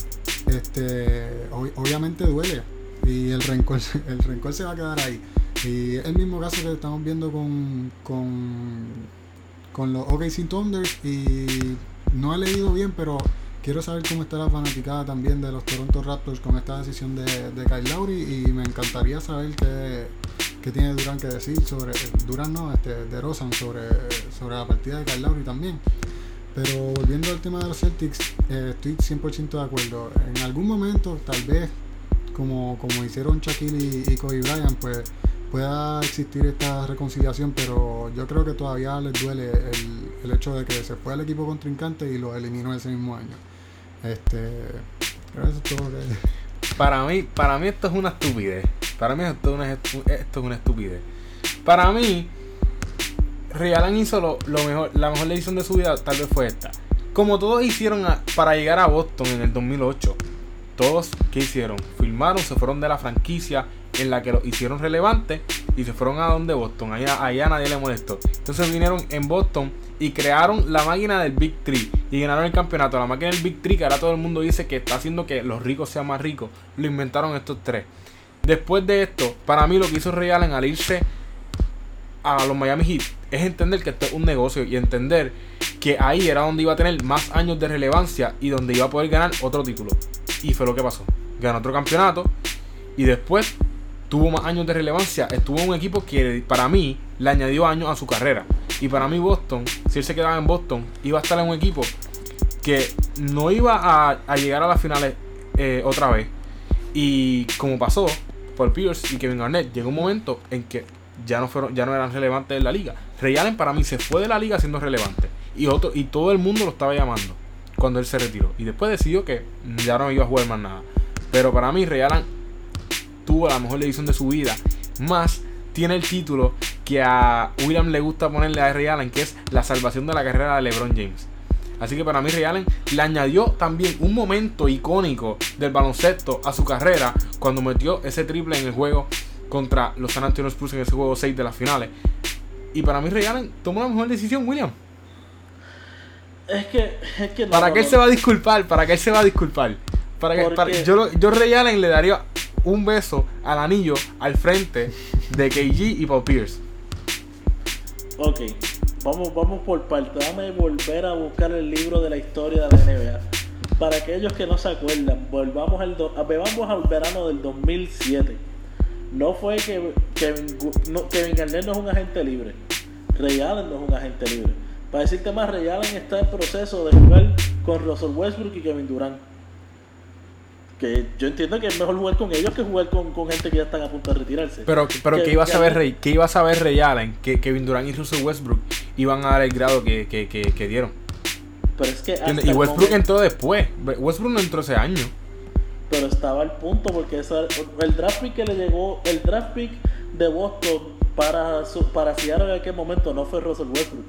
este ob- obviamente duele y el rencor, el rencor se va a quedar ahí. Y es el mismo caso que estamos viendo con, con, con los O K C Thunder, y no he leído bien, pero quiero saber cómo está la fanaticada también de los Toronto Raptors con esta decisión de, de Kyle Lowry, y me encantaría saber qué, qué tiene Durant que decir sobre, Durant no, este, DeRozan sobre, sobre la partida de Kyle Lowry también. Pero volviendo al tema de los Celtics, eh, estoy cien por ciento de acuerdo. En algún momento, tal vez, como, como hicieron Shaquille y, y Kobe Bryant, pues pueda existir esta reconciliación, pero yo creo que todavía les duele el, el hecho de que se fue al equipo contrincante y lo eliminó ese mismo año. Este, creo que eso es todo lo que... Para mí, para mí esto es una estupidez. Para mí esto es una, esto es una estupidez. Para mí, Ray Allen hizo lo, lo mejor, la mejor decisión de su vida tal vez fue esta. Como todos hicieron a, para llegar a Boston en el dos mil ocho. Todos, ¿qué hicieron? Firmaron, se fueron de la franquicia en la que lo hicieron relevante y se fueron a donde Boston. Allá, allá nadie le molestó. Entonces vinieron en Boston y crearon la máquina del Big Three y ganaron el campeonato. La máquina del Big Three, que ahora todo el mundo dice que está haciendo que los ricos sean más ricos, lo inventaron estos tres. Después de esto, para mí lo que hizo Ray Allen al irse a los Miami Heat es entender que esto es un negocio y entender que ahí era donde iba a tener más años de relevancia y donde iba a poder ganar otro título. Y fue lo que pasó. Ganó otro campeonato y después tuvo más años de relevancia. Estuvo en un equipo que para mí le añadió años a su carrera. Y para mí Boston, si él se quedaba en Boston, iba a estar en un equipo que no iba a, a llegar a las finales eh, otra vez. Y como pasó, Paul Pierce y Kevin Garnett, llegó un momento en que ya no fueron, ya no eran relevantes en la liga. Ray Allen para mí se fue de la liga siendo relevante. Y, otro, y todo el mundo lo estaba llamando cuando él se retiró. Y después decidió que ya no iba a jugar más nada. Pero para mí Ray Allen tuvo la mejor edición de su vida. Más tiene el título que a William le gusta ponerle a Ray Allen, que es la salvación de la carrera de LeBron James. Así que para mí Ray Allen le añadió también un momento icónico del baloncesto a su carrera cuando metió ese triple en el juego contra los San Antonio Spurs en ese juego seis de las finales. Y para mí Ray Allen tomó la mejor decisión, William. Es que, es que no, ¿Para no, qué él no. se va a disculpar? ¿Para qué él se va a disculpar? Para que, para, yo, yo Ray Allen le daría un beso al anillo al frente de K G y Paul Pierce. Ok, vamos, vamos por parte. Déjame volver a buscar el libro de la historia de la N B A. Para aquellos que no se acuerdan, volvamos al, do, volvamos al verano del dos mil siete. No fue que Kevin, no, Kevin Garnett no es un agente libre. Ray Allen no es un agente libre. Para decirte más, Ray Allen está en proceso de jugar con Russell Westbrook y Kevin Durant. Que yo entiendo que es mejor jugar con ellos que jugar con, con gente que ya están a punto de retirarse. Pero, pero que, ¿qué iba a saber Garnett, Ray? ¿Qué iba a saber Ray Allen? Que Kevin Durant y Russell Westbrook iban a dar el grado que, que, que, que dieron. Pero es que hasta Y Westbrook momento, entró después. Westbrook no entró ese año. pero estaba al punto porque esa, el draft pick que le llegó, el draft pick de Boston para, su, para Seattle en aquel momento no fue Russell Westbrook.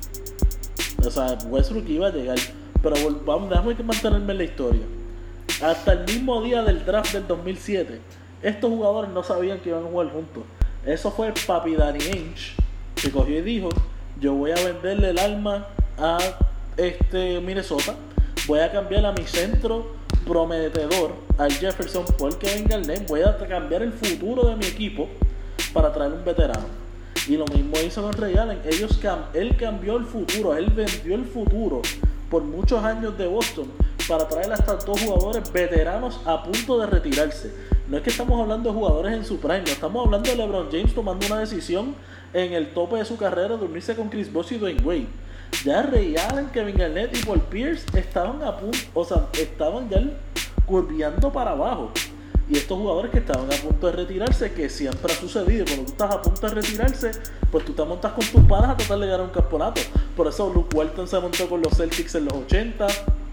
O sea, Westbrook iba a llegar. Pero vamos, déjame que mantenerme en la historia. Hasta el mismo día del draft del dos mil siete, estos jugadores no sabían que iban a jugar juntos. Eso fue papi Danny Ainge, que cogió y dijo: yo voy a venderle el alma a este Minnesota, voy a cambiar a mi centro prometedor, al Jefferson, por Kevin Garnett, voy a cambiar el futuro de mi equipo para traer un veterano. Y lo mismo hizo con Ray Allen. Ellos cam- él cambió el futuro, él vendió el futuro por muchos años de Boston para traer hasta dos jugadores veteranos a punto de retirarse. No es que estamos hablando de jugadores en su prime, no estamos hablando de LeBron James tomando una decisión en el tope de su carrera de unirse con Chris Bosh y Dwayne Wade. Ya Ray Allen, Kevin Garnett y Paul Pierce estaban a punto, o sea, estaban ya curveando para abajo. Y estos jugadores que estaban a punto de retirarse, que siempre ha sucedido, cuando tú estás a punto de retirarse, pues tú te montas con tus panas a tratar de ganar un campeonato. Por eso Luke Walton se montó con los Celtics en los ochenta.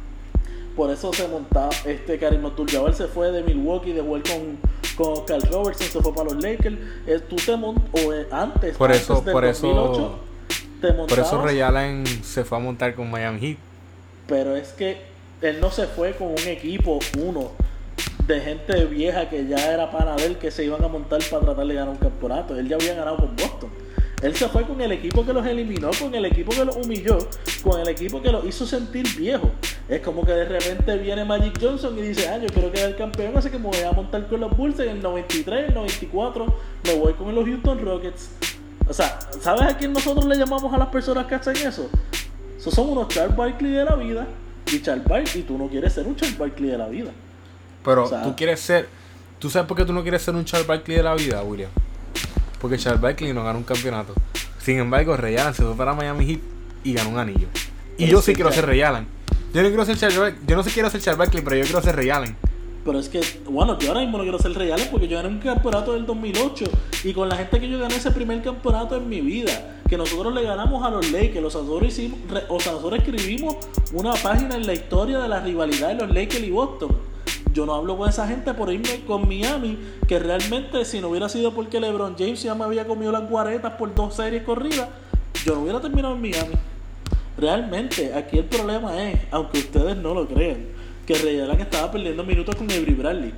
Por eso se montaba, este Karim Abdul-Jabbar se fue de Milwaukee de jugar con, con Carl Robertson, se fue para los Lakers. Eh, tú te montas, o eh, antes, Por antes eso, del por dos mil ocho, eso, te por eso montabas. Ray Allen se fue a montar con Miami Heat. Pero es que él no se fue con un equipo, uno, de gente vieja que ya era pana de él, que se iban a montar para tratar de ganar un campeonato. Él ya había ganado con Boston. Él se fue con el equipo que los eliminó, con el equipo que los humilló, con el equipo que los hizo sentir viejos. Es como que de repente viene Magic Johnson y dice: ah, yo quiero quedar campeón, así que me voy a montar con los Bulls en el noventa y tres, el noventa y cuatro, me voy con los Houston Rockets. O sea, ¿sabes a quién nosotros le llamamos a las personas que hacen eso? Esos son unos Charles Barkley de la vida. Y Charles Barkley, y tú no quieres ser un Charles Barkley de la vida. Pero O sea, tú quieres ser... ¿Tú sabes por qué tú no quieres ser un Charles Barkley de la vida, William? Porque Charles Barkley no ganó un campeonato. Sin embargo, Ray Allen se fue para Miami Heat y ganó un anillo. Y Pero yo es sí que quiero ya- ser Ray Allen. Yo no quiero ser Charles Barkley, yo no sé quiero ser Charles Barkley, pero yo quiero ser Ray Allen. Pero es que, bueno, yo ahora mismo no quiero ser Ray Allen porque yo gané un campeonato del dos mil ocho. Y con la gente que yo gané ese primer campeonato en mi vida, que nosotros le ganamos a los Lakers, los nosotros hicimos, re- o sea, nosotros escribimos una página en la historia de la rivalidad de los Lakers y Boston. Yo no hablo con esa gente por irme con Miami, que realmente si no hubiera sido porque LeBron James ya me había comido las guaretas por dos series corridas, yo no hubiera terminado en Miami. Realmente, aquí el problema es, aunque ustedes no lo crean, que Ray Allen estaba perdiendo minutos con Avery Bradley.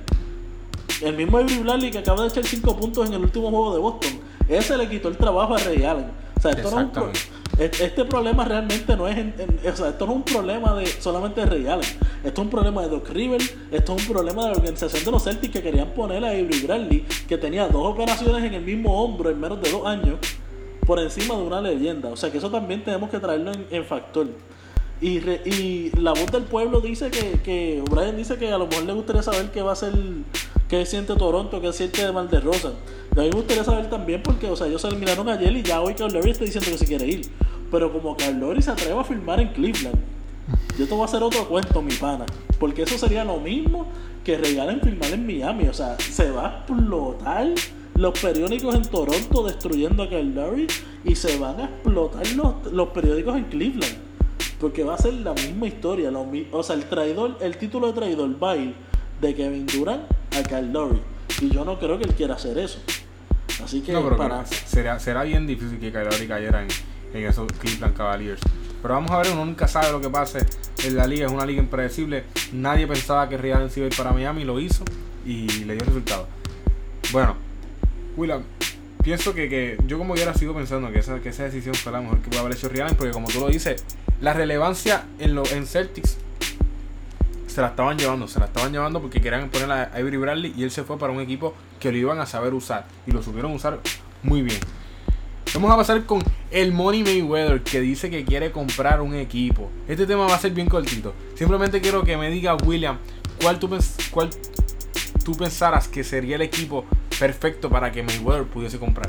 El mismo Avery Bradley que acaba de echar cinco puntos en el último juego de Boston, ese le quitó el trabajo a Ray Allen. O sea, esto no es un pro- Exactamente. este problema realmente no es en, en- o sea, esto no es un problema de solamente de Ray Allen. Esto es un problema de Doc Rivers, esto es un problema de la organización de los Celtics, que querían poner a Avery Bradley, que tenía dos operaciones en el mismo hombro en menos de dos años, por encima de una leyenda. O sea que eso también tenemos que traerlo en, en factor. Y, re- y la voz del pueblo dice que, que Brian dice que a lo mejor le gustaría saber qué va a hacer ¿Qué siente Toronto? ¿Qué siente de Mar de Rosa? A mí me gustaría saber también porque, o sea, ellos se eliminaron ayer y ya hoy Kyle Lowry está diciendo que se quiere ir. Pero como Kyle Lowry se atreve a firmar en Cleveland, yo te voy a hacer otro cuento, mi pana. Porque eso sería lo mismo que regalen firmar en Miami. O sea, se va a explotar los periódicos en Toronto destruyendo a Kyle Lowry y se van a explotar los, los periódicos en Cleveland. Porque va a ser la misma historia. Lo, o sea, el traidor, el título de traidor va a ir de Kevin Durant a Kyle Lowry. Y yo no creo que él quiera hacer eso. Así que no, pero para... será, será bien difícil que Kyle Lowry cayera en, en esos Cleveland Cavaliers. Pero vamos a ver, uno nunca sabe lo que pase en la liga. Es una liga impredecible. Nadie pensaba que Ray Allen se iba a ir para Miami. Lo hizo y le dio resultado. Bueno, William, pienso que, que yo como hubiera sido pensando que esa, que esa decisión fue la mejor que pudo haber hecho Ray Allen. Porque como tú lo dices, la relevancia en, lo, en Celtics se la estaban llevando. Se la estaban llevando porque querían poner a Avery Bradley. Y él se fue para un equipo que lo iban a saber usar. Y lo supieron usar muy bien. Vamos a pasar con el Money Mayweather, que dice que quiere comprar un equipo. Este tema va a ser bien cortito. Simplemente quiero que me diga, William, ¿cuál tú, pens cuál tú pensaras que sería el equipo perfecto para que Mayweather pudiese comprar?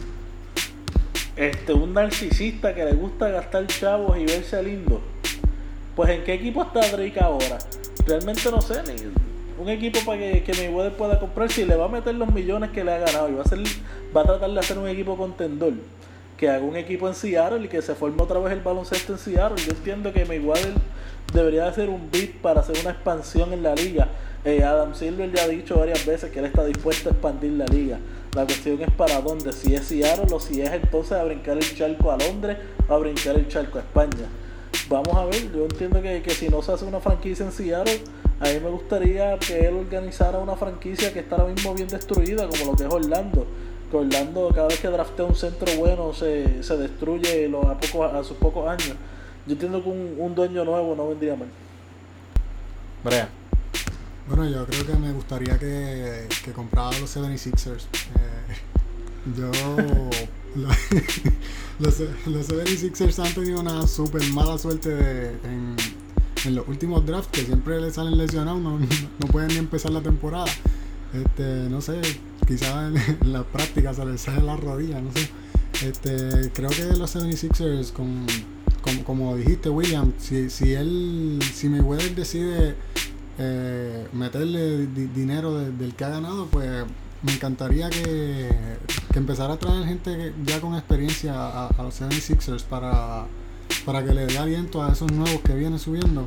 Este, un narcisista que le gusta gastar chavos y verse lindo. Pues ¿en qué equipo está Drake ahora? Realmente no sé, ni un equipo para que, que Mayweather pueda comprar. Si le va a meter los millones que le ha ganado y va a, hacer, va a tratar de hacer un equipo contendor, que haga un equipo en Seattle y que se forme otra vez el baloncesto en Seattle. Yo entiendo que Mayweather debería hacer un bid para hacer una expansión en la liga. eh, Adam Silver ya ha dicho varias veces que él está dispuesto a expandir la liga. La cuestión es para dónde, si es Seattle o si es entonces a brincar el charco a Londres o a brincar el charco a España. Vamos a ver, yo entiendo que, que si no se hace una franquicia en Seattle, a mí me gustaría que él organizara una franquicia que está ahora mismo bien destruida, como lo que es Orlando. Que Orlando, cada vez que draftea un centro bueno, se, se destruye lo, a, poco, a sus pocos años. Yo entiendo que un, un dueño nuevo no vendría mal. Brian. Bueno, yo creo que me gustaría que, que comprara los setenta y sixers. Eh, yo... los, los, los setenta y sixers han tenido una super mala suerte de, en, en los últimos drafts, que siempre les salen lesionados, no, no pueden ni empezar la temporada. Este, no sé, quizás en, en la práctica se les sale la rodilla, no sé. Este, creo que los setenta y sixers, con, con, como dijiste, William, si, si él, si Mayweather decide eh, meterle di, dinero de, del que ha ganado, pues me encantaría que, que empezara a traer gente que, ya con experiencia a, a los setenta y sixers para, para que le dé aliento a esos nuevos que vienen subiendo.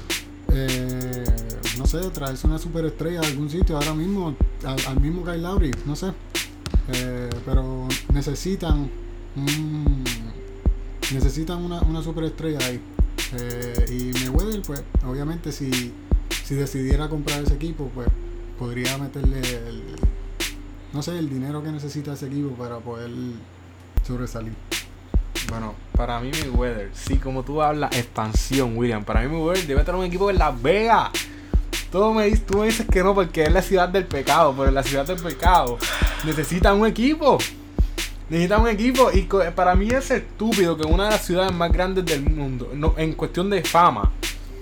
Eh, no sé, traerse una superestrella de algún sitio ahora mismo, al, al mismo Kyle Lowry, no sé, eh, pero necesitan un, necesitan una, una superestrella ahí, eh, y Mayweather, pues obviamente si, si decidiera comprar ese equipo, pues podría meterle el, no sé, el dinero que necesita ese equipo para poder sobresalir. Bueno, para mí Mayweather, sí, como tú hablas, expansión, William. Para mí Mayweather debe tener un equipo en Las Vegas. Todo me, tú me dices que no porque es la ciudad del pecado, pero en la ciudad del pecado necesitan un equipo. Necesitan un equipo y para mí es estúpido que una de las ciudades más grandes del mundo, no, en cuestión de fama,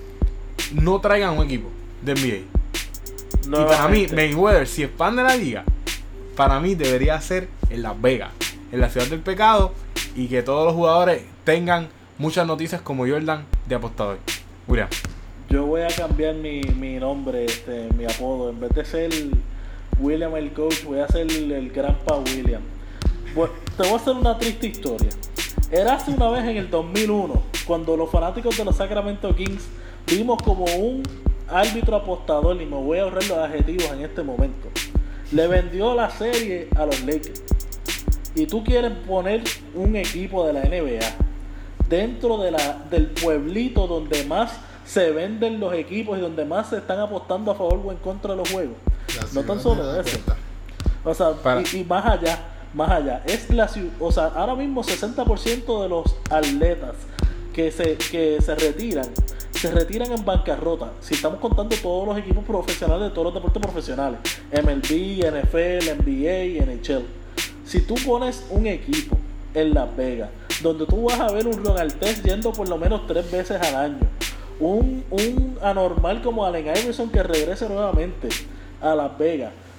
no traigan un equipo de N B A. No, y para mí, Mayweather, si expande la liga, para mí debería ser en Las Vegas, en la ciudad del pecado, y que todos los jugadores tengan muchas noticias como Jordan de apostador. William. Yo voy a cambiar mi, mi nombre, este, mi apodo. En vez de ser William el coach, voy a ser el, el Grandpa William. Bueno, te voy a hacer una triste historia. Era hace una vez en el dos mil uno, cuando los fanáticos de los Sacramento Kings vimos como un árbitro apostador, y me voy a ahorrar los adjetivos en este momento, le vendió la serie a los Lakers. Y tú quieres poner un equipo de la N B A dentro de la, del pueblito donde más se venden los equipos y donde más se están apostando a favor o en contra de los juegos. No tan solo eso. O sea, y, y más allá, más allá. Es la ciudad, o sea, ahora mismo sesenta por ciento de los atletas que se, que se retiran, se retiran en bancarrota. Si estamos contando todos los equipos profesionales de todos los deportes profesionales, M L B, N F L, N B A y N H L. Si tú pones un equipo en Las Vegas, donde tú vas a ver un Ron Artest yendo por lo menos tres veces al año, un, un anormal como Allen Iverson que regrese nuevamente a Las Vegas,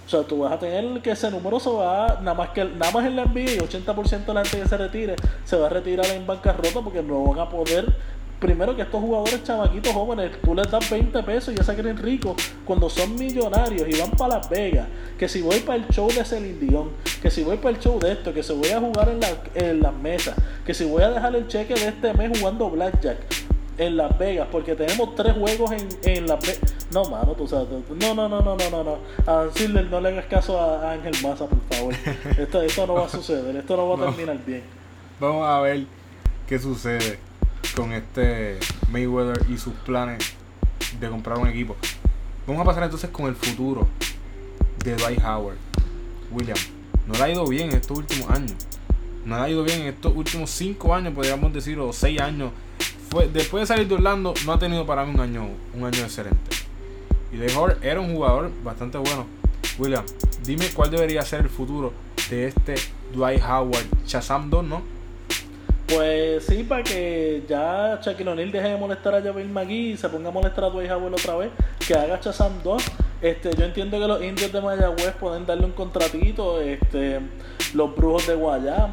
O sea, tú vas a tener que ese número se va, nada más que nada más en la N B A, y ochenta por ciento de la gente que se retire se va a retirar en bancarrota porque no van a poder. Primero que estos jugadores chamaquitos jóvenes, tú les das veinte pesos y ya se creen ricos cuando son millonarios y van para Las Vegas. Que si voy para el show de Celine Dion, que si voy para el show de esto, que si voy a jugar en, la, en las mesas, que si voy a dejar el cheque de este mes jugando Blackjack en Las Vegas, porque tenemos tres juegos en, en Las Vegas. No, mano, tú sabes, no, no, no, no, no, no, no. A decirle, no le hagas caso a Ángel Maza, por favor. Esto, esto no va a suceder, esto no va a terminar no. bien. Vamos a ver qué sucede con este Mayweather y sus planes de comprar un equipo. Vamos a pasar entonces con el futuro de Dwight Howard. William, no le ha ido bien en estos últimos años. No le ha ido bien en estos últimos cinco años, podríamos decir, o seis años. Fue, después de salir de Orlando, no ha tenido para mí un año, un año excelente. Y Dwight Howard era un jugador bastante bueno. William, dime cuál debería ser el futuro de este Dwight Howard. Shazam dos, ¿no? Pues sí, para que ya Shaquille O'Neal deje de molestar a Javier McGee y se ponga a molestar a Dwight Howard otra vez, que haga Shazam dos. Este, yo entiendo que los indios de Mayagüez pueden darle un contratito, este, los brujos de Guayama.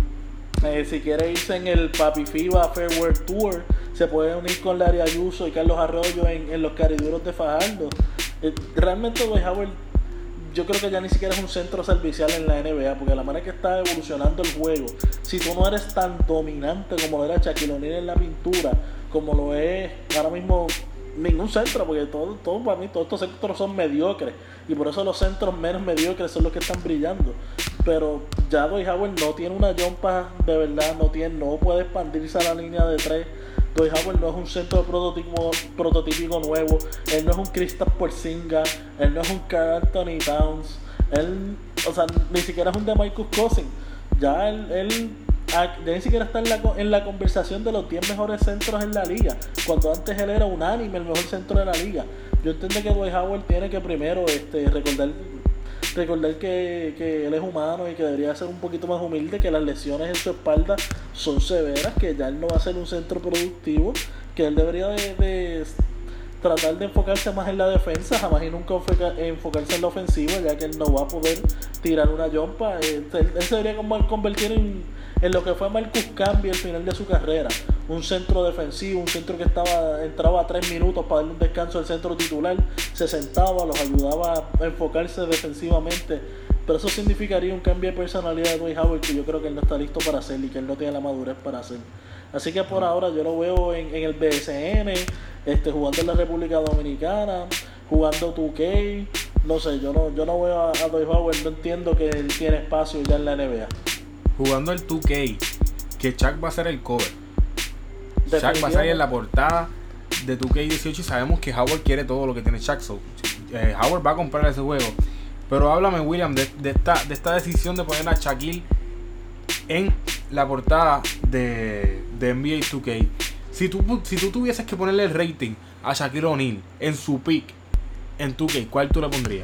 Eh, si quiere irse en el Papi FIBA Fairwear Tour, se puede unir con Larry Ayuso y Carlos Arroyo en, en los cariduros de Fajardo. Eh, realmente Dwight Howard, yo creo que ya ni siquiera es un centro servicial en la N B A, porque la manera que está evolucionando el juego, si tú no eres tan dominante como lo era Shaquille O'Neal en la pintura, como lo es ahora mismo ningún centro, porque todo, todo para mí, todos estos centros son mediocres, y por eso los centros menos mediocres son los que están brillando. Pero ya Dwight Howard no tiene una jumpa de verdad, no tiene, no puede expandirse a la línea de tres. Dwight Howard no es un centro prototipo, prototípico nuevo, él no es un Kristaps Porzingis, él no es un Karl Anthony Towns, él, o sea, ni siquiera es un DeMarcus Cousins. Ya él, él ya ni siquiera está en la, en la conversación de los diez mejores centros en la liga, cuando antes él era unánime el mejor centro de la liga. Yo entiendo que Dwight Howard tiene que primero este, recordar recordar que, que él es humano y que debería ser un poquito más humilde, que las lesiones en su espalda son severas, que ya él no va a ser un centro productivo, que él debería de, de tratar de enfocarse más en la defensa, jamás y nunca enfocarse en la ofensiva, ya que él no va a poder tirar una jumpa. Él, él se debería convertir en, en lo que fue Marcus Camby al final de su carrera, un centro defensivo, un centro que estaba entraba a tres minutos para darle un descanso al centro titular, se sentaba, los ayudaba a enfocarse defensivamente, pero eso significaría un cambio de personalidad de Dwight Howard que yo creo que él no está listo para hacer y que él no tiene la madurez para hacer. Así que por ahora yo lo veo en, en el B S N, este, jugando en la República Dominicana, jugando dos K, no sé, yo no, yo no veo a, a Dwight Howard, no entiendo que él tiene espacio ya en la N B A. Jugando el dos K, que Shaq va a ser el cover. Shaq va a salir en la portada de dos K dieciocho y sabemos que Howard quiere todo lo que tiene Shaq. So, eh, Howard va a comprar ese juego. Pero háblame, William, de, de, esta, de esta decisión de poner a Shaquille en la portada de, de N B A dos K. Si tú, si tú tuvieses que ponerle el rating a Shaquille O'Neal en su peak en dos K, ¿cuál tú le pondrías?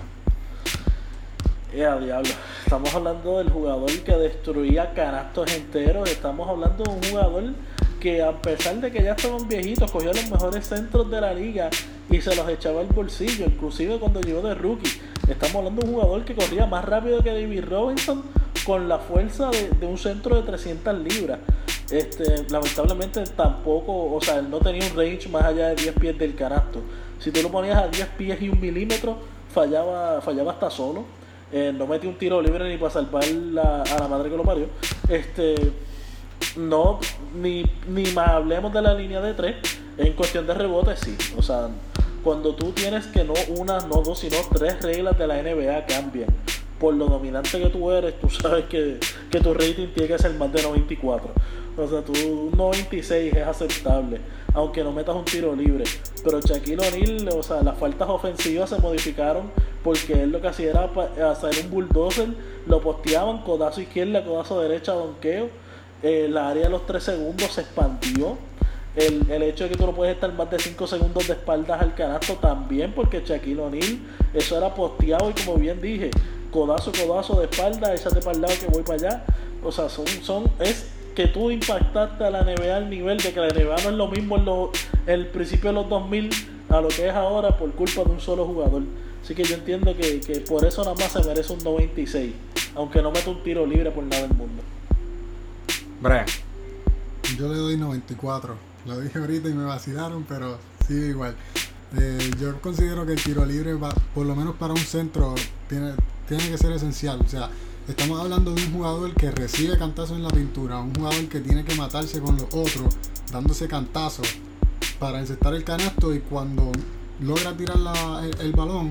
Ya, diablo. Estamos hablando del jugador que destruía canastos enteros. Estamos hablando de un jugador que, a pesar de que ya estaban viejitos, cogió los mejores centros de la liga y se los echaba al bolsillo, inclusive cuando llegó de rookie. Estamos hablando de un jugador que corría más rápido que David Robinson con la fuerza de, de un centro de trescientas libras. Este, lamentablemente tampoco, o sea, él no tenía un range más allá de diez pies del canasto. Si tú lo ponías a diez pies y un milímetro, fallaba, fallaba hasta solo. Eh, no metí un tiro libre ni para salvar la, a la madre que lo parió. Este, no, ni, ni más hablemos de la línea de tres. En cuestión de rebotes, sí. O sea, cuando tú tienes que no una, no dos, sino tres reglas de la N B A cambian. Por lo dominante que tú eres, tú sabes que, que tu rating tiene que ser más de noventa y cuatro. O sea, tu noventa y seis es aceptable, aunque no metas un tiro libre. Pero Shaquille O'Neal, o sea, las faltas ofensivas se modificaron porque él lo que hacía era hacer un bulldozer, lo posteaban, codazo izquierda, codazo derecha, donqueo. Eh, la área de los tres segundos se expandió. El, el hecho de que tú no puedes estar más de cinco segundos de espaldas al canasto también, porque Shaquille O'Neal, eso era posteado y como bien dije, codazo, codazo de espalda, échate para el lado que voy para allá. O sea, son, son, es que tú impactaste a la N B A al nivel de que la N B A no es lo mismo en lo, el principio de los dos mil a lo que es ahora por culpa de un solo jugador. Así que yo entiendo que, que por eso nada más se merece un noventa y seis, aunque no meta un tiro libre por nada del mundo. Brian. Yo le doy noventa y cuatro. Lo dije ahorita y me vacilaron, pero sigue igual. Eh, yo considero que el tiro libre, va, por lo menos para un centro, tiene, tiene que ser esencial. O sea, estamos hablando de un jugador que recibe cantazos en la pintura, un jugador que tiene que matarse con los otros, dándose cantazos para encestar el canasto, y cuando logra tirar la, el, el balón,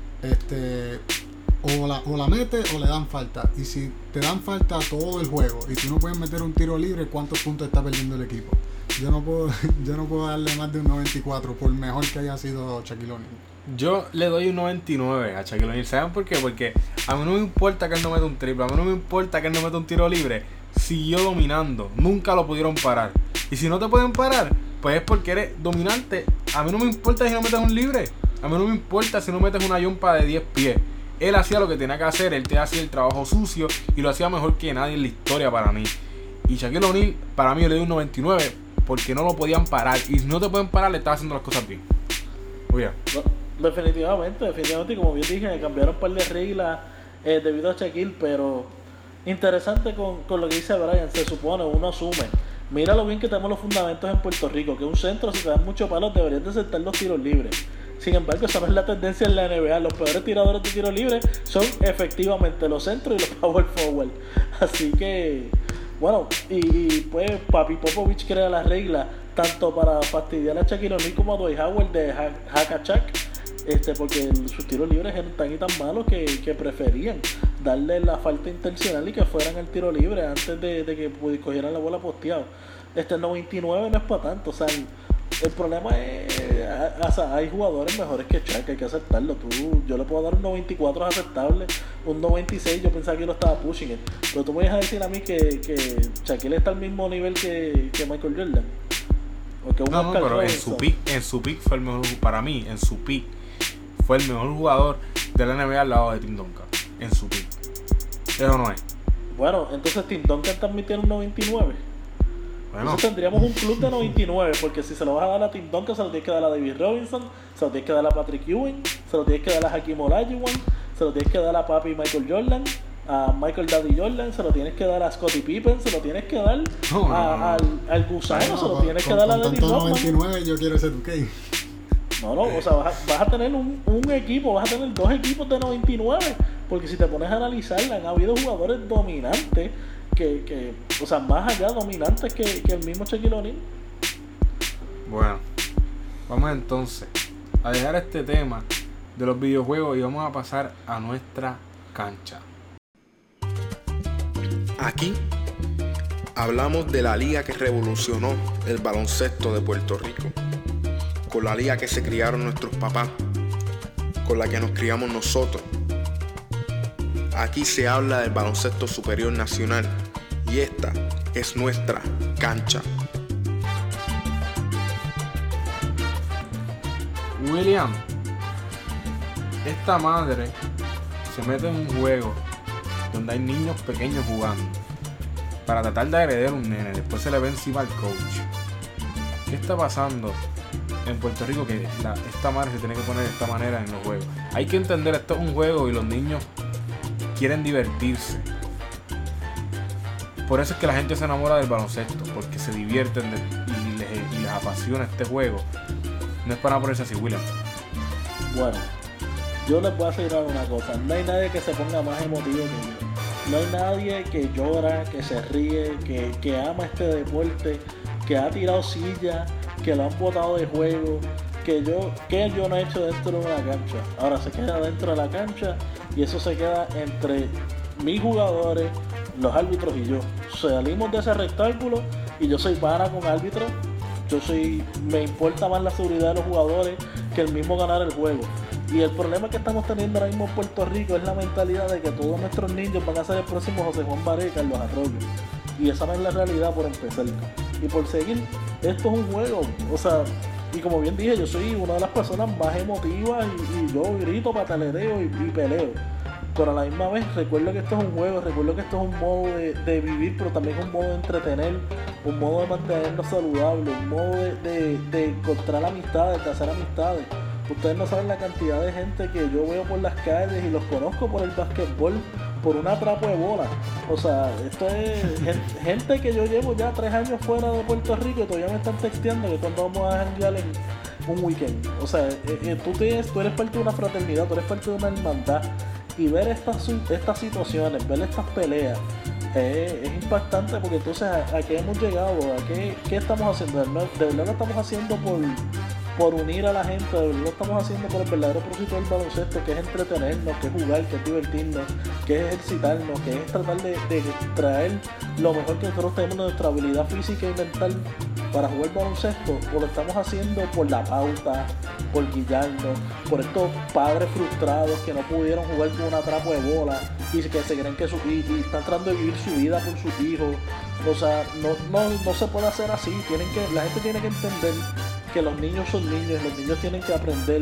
este, o la, o la mete o le dan falta. Y si te dan falta todo el juego y tú no puedes meter un tiro libre, ¿cuántos puntos está perdiendo el equipo? Yo no puedo, yo no puedo darle más de un noventa y cuatro, por mejor que haya sido Shaquille O'Neal. Yo le doy un noventa y nueve a Shaquille O'Neal. ¿Saben por qué? Porque a mí no me importa que él no meta un triple, a mí no me importa que él no meta un tiro libre. Siguió dominando, nunca lo pudieron parar. Y si no te pueden parar, pues es porque eres dominante. A mí no me importa si no metes un libre, a mí no me importa si no metes una yompa de diez pies. Él hacía lo que tenía que hacer, él te hacía el trabajo sucio y lo hacía mejor que nadie en la historia para mí. Y Shaquille O'Neal, para mí, yo le doy un noventa y nueve porque no lo podían parar. Y si no te pueden parar, le estás haciendo las cosas bien. Oye. No, definitivamente, definitivamente, como bien dije, cambiaron un par de reglas eh, debido a Shaquille, pero interesante con, con lo que dice Brian. Se supone, uno asume, mira lo bien que tenemos los fundamentos en Puerto Rico, que un centro, si te dan muchos palos, deberían de aceptar los tiros libres. Sin embargo, esa no es la tendencia en la N B A. Los peores tiradores de tiro libre son efectivamente los centros y los power forward. Así que, bueno, y, y pues Papi Popovich crea las reglas tanto para fastidiar a Shaquille O'Neal como a Dwight Howard de Hack a Shaq, este, porque sus tiros libres eran tan y tan malos que, que preferían darle la falta intencional y que fueran al tiro libre antes de, de que cogieran la bola posteado. Este noventa y nueve no es para tanto, o sea, el, el problema es, o sea, hay jugadores mejores que Shaq, hay que aceptarlo. Tú, yo le puedo dar un noventa y cuatro es aceptable, un noventa y seis yo pensaba que lo estaba pushing it, pero tú me vas a decir a mí que, que Shaquille está al mismo nivel que, que Michael Jordan. O que un no, no, Oscar pero Robinson. en su pick, en su pick fue el mejor, para mí, en su pick fue el mejor jugador de la N B A al lado de Tim Duncan, en su pick. Eso no es. Bueno, entonces Tim Duncan también tiene un noventa y nueve. Bueno. Entonces tendríamos un club de noventa y nueve, porque si se lo vas a dar a Tim Duncan, se lo tienes que dar a David Robinson, se lo tienes que dar a Patrick Ewing, se lo tienes que dar a Hakeem Olajuwon, se lo tienes que dar a papi Michael Jordan, a Michael Daddy Jordan, se lo tienes que dar a Scottie Pippen, se lo tienes que dar no, no, a, no. Al, al gusano, No, se lo con, tienes con, que dar a con Dennis tanto Rodman. noventa y nueve yo quiero ese dos K. No, no, o sea, vas a, vas a tener un, un equipo, vas a tener dos equipos de noventa y nueve, porque si te pones a analizar, han habido jugadores dominantes, que, que o sea, más allá dominantes que, que el mismo Shaquille O'Neal. Bueno, vamos entonces a dejar este tema de los videojuegos y vamos a pasar a nuestra cancha. Aquí hablamos de la liga que revolucionó el baloncesto de Puerto Rico, con la liga que se criaron nuestros papás, con la que nos criamos nosotros. Aquí se habla del baloncesto superior nacional y esta es nuestra cancha. William, esta madre se mete en un juego donde hay niños pequeños jugando para tratar de agredir a un nene, después se le ve encima al coach. ¿Qué está pasando en Puerto Rico que la, esta madre se tiene que poner de esta manera en los juegos? Hay que entender, esto es un juego y los niños quieren divertirse. Por eso es que la gente se enamora del baloncesto, porque se divierten de, y, les, y les apasiona este juego. No es para ponerse así, William. Bueno, yo les voy a asegurar una cosa, no hay nadie que se ponga más emotivo que yo. No hay nadie que llora, que se ríe, que, que ama este deporte, que ha tirado silla, que lo han botado de juego, que yo, que yo no he hecho dentro de una cancha. Ahora se queda dentro de la cancha y eso se queda entre mis jugadores, los árbitros y yo. Salimos de ese rectángulo y yo soy pana con árbitros. Yo soy, me importa más la seguridad de los jugadores que el mismo ganar el juego. Y el problema que estamos teniendo ahora mismo en Puerto Rico es la mentalidad de que todos nuestros niños van a ser el próximo José Juan Varela y Carlos Arroyo. Y esa no es la realidad por empezar. Y por seguir, esto es un juego. O sea, y como bien dije, yo soy una de las personas más emotivas y, y yo grito, patalereo y, y peleo. Pero a la misma vez recuerdo que esto es un juego, recuerdo que esto es un modo de, de vivir, pero también es un modo de entretener, un modo de mantenernos saludables, un modo de, de, de encontrar amistades, de hacer amistades. Ustedes no saben la cantidad de gente que yo veo por las calles y los conozco por el básquetbol, por una atrapo de bola. O sea, esto es gente que yo llevo ya tres años fuera de Puerto Rico y todavía me están texteando que cuando vamos a janguear en un weekend. O sea, eh, eh, tú, tienes, tú eres parte de una fraternidad, tú eres parte de una hermandad. Y ver estas, estas situaciones, ver estas peleas, eh, es impactante porque entonces a, a qué hemos llegado, a qué, qué estamos haciendo. De verdad lo estamos haciendo por, por unir a la gente, de verdad lo estamos haciendo por el verdadero propósito del baloncesto, que es entretenernos, que es jugar, que es divertirnos, que es ejercitarnos, que es tratar de, de traer lo mejor que nosotros tenemos de nuestra habilidad física y mental para jugar baloncesto, o lo estamos haciendo por la pauta, por guillarnos, por estos padres frustrados que no pudieron jugar con una trapo de bola y que se creen que su, y, y están tratando de vivir su vida por sus hijos. O sea, no, no, no se puede hacer así. Tienen que, la gente tiene que entender que los niños son niños, los niños tienen que aprender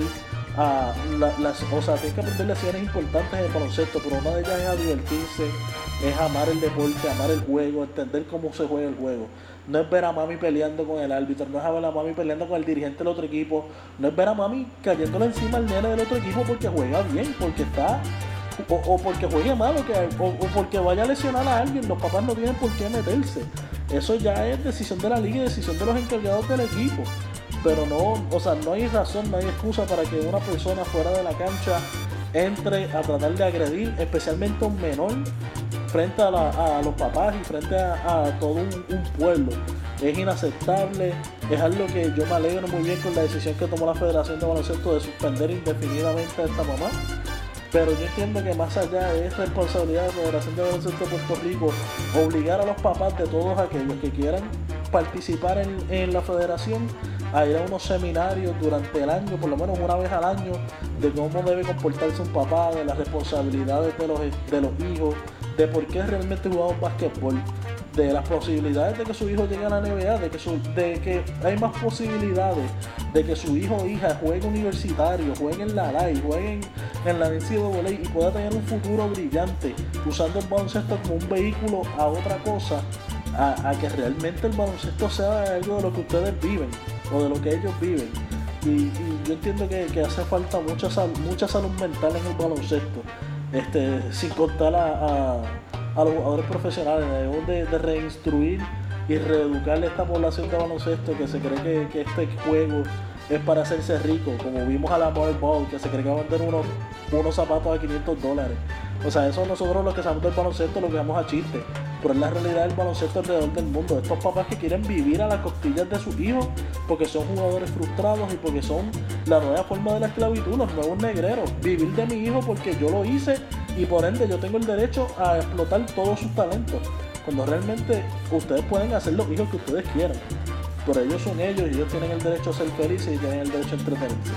a la, las, o sea, tienen que aprender lecciones importantes del baloncesto, pero una de ellas es a divertirse, es amar el deporte, amar el juego, entender cómo se juega el juego. No es ver a mami peleando con el árbitro, no es ver a mami peleando con el dirigente del otro equipo, no es ver a mami cayéndole encima al nene del otro equipo porque juega bien, porque está, o, o porque juegue mal, o, que, o, o porque vaya a lesionar a alguien. Los papás no tienen por qué meterse. Eso ya es decisión de la liga y decisión de los encargados del equipo. Pero no, o sea, no hay razón, no hay excusa para que una persona fuera de la cancha entre a tratar de agredir, especialmente a un menor, frente a, la, a los papás y frente a, a todo un, un pueblo. Es inaceptable, es algo que yo me alegro muy bien con la decisión que tomó la Federación de Baloncesto de suspender indefinidamente a esta mamá. Pero yo entiendo que más allá es responsabilidad de la Federación de Baloncesto de Puerto Rico obligar a los papás de todos aquellos que quieran participar en, en la federación a ir a unos seminarios durante el año, por lo menos una vez al año, de cómo debe comportarse un papá, de las responsabilidades de los, de los hijos, de por qué realmente jugamos básquetbol, de las posibilidades de que su hijo llegue a la N B A, de que, su, de que hay más posibilidades de que su hijo o hija juegue universitario, juegue en la L A I, juegue en, en la N C A A y pueda tener un futuro brillante usando el baloncesto como un vehículo a otra cosa, a, a que realmente el baloncesto sea algo de lo que ustedes viven o de lo que ellos viven. Y, y yo entiendo que, que hace falta mucha, sal, mucha salud mental en el baloncesto, este, sin contar a, a, a los jugadores profesionales. Debemos de, de reinstruir y reeducarle a esta población de baloncesto que se cree que, que este juego es para hacerse rico, como vimos a la Mother Ball, que se cree que va a vender unos, unos zapatos a quinientos dólares. O sea, eso nosotros los que sabemos del baloncesto lo que vamos a chiste, pero es la realidad del baloncesto alrededor del mundo. Estos papás que quieren vivir a las costillas de sus hijos porque son jugadores frustrados y porque son la nueva forma de la esclavitud, los nuevos negreros. Vivir de mi hijo porque yo lo hice y por ende yo tengo el derecho a explotar todos sus talentos, cuando realmente ustedes pueden hacer los hijos que ustedes quieran, pero ellos son ellos y ellos tienen el derecho a ser felices y tienen el derecho a entretenerse.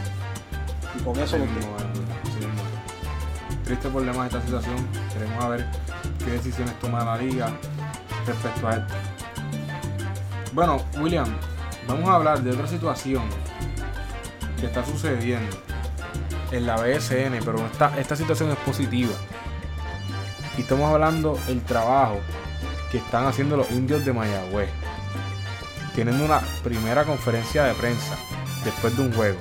Y con eso lo tengo. Triste problema de esta situación. Queremos a ver qué decisiones toma la liga respecto a esto. Bueno, William, vamos a hablar de otra situación que está sucediendo en la B S N, pero esta, esta situación es positiva. Y estamos hablando del trabajo que están haciendo los indios de Mayagüez, tienen una primera conferencia de prensa después de un juego.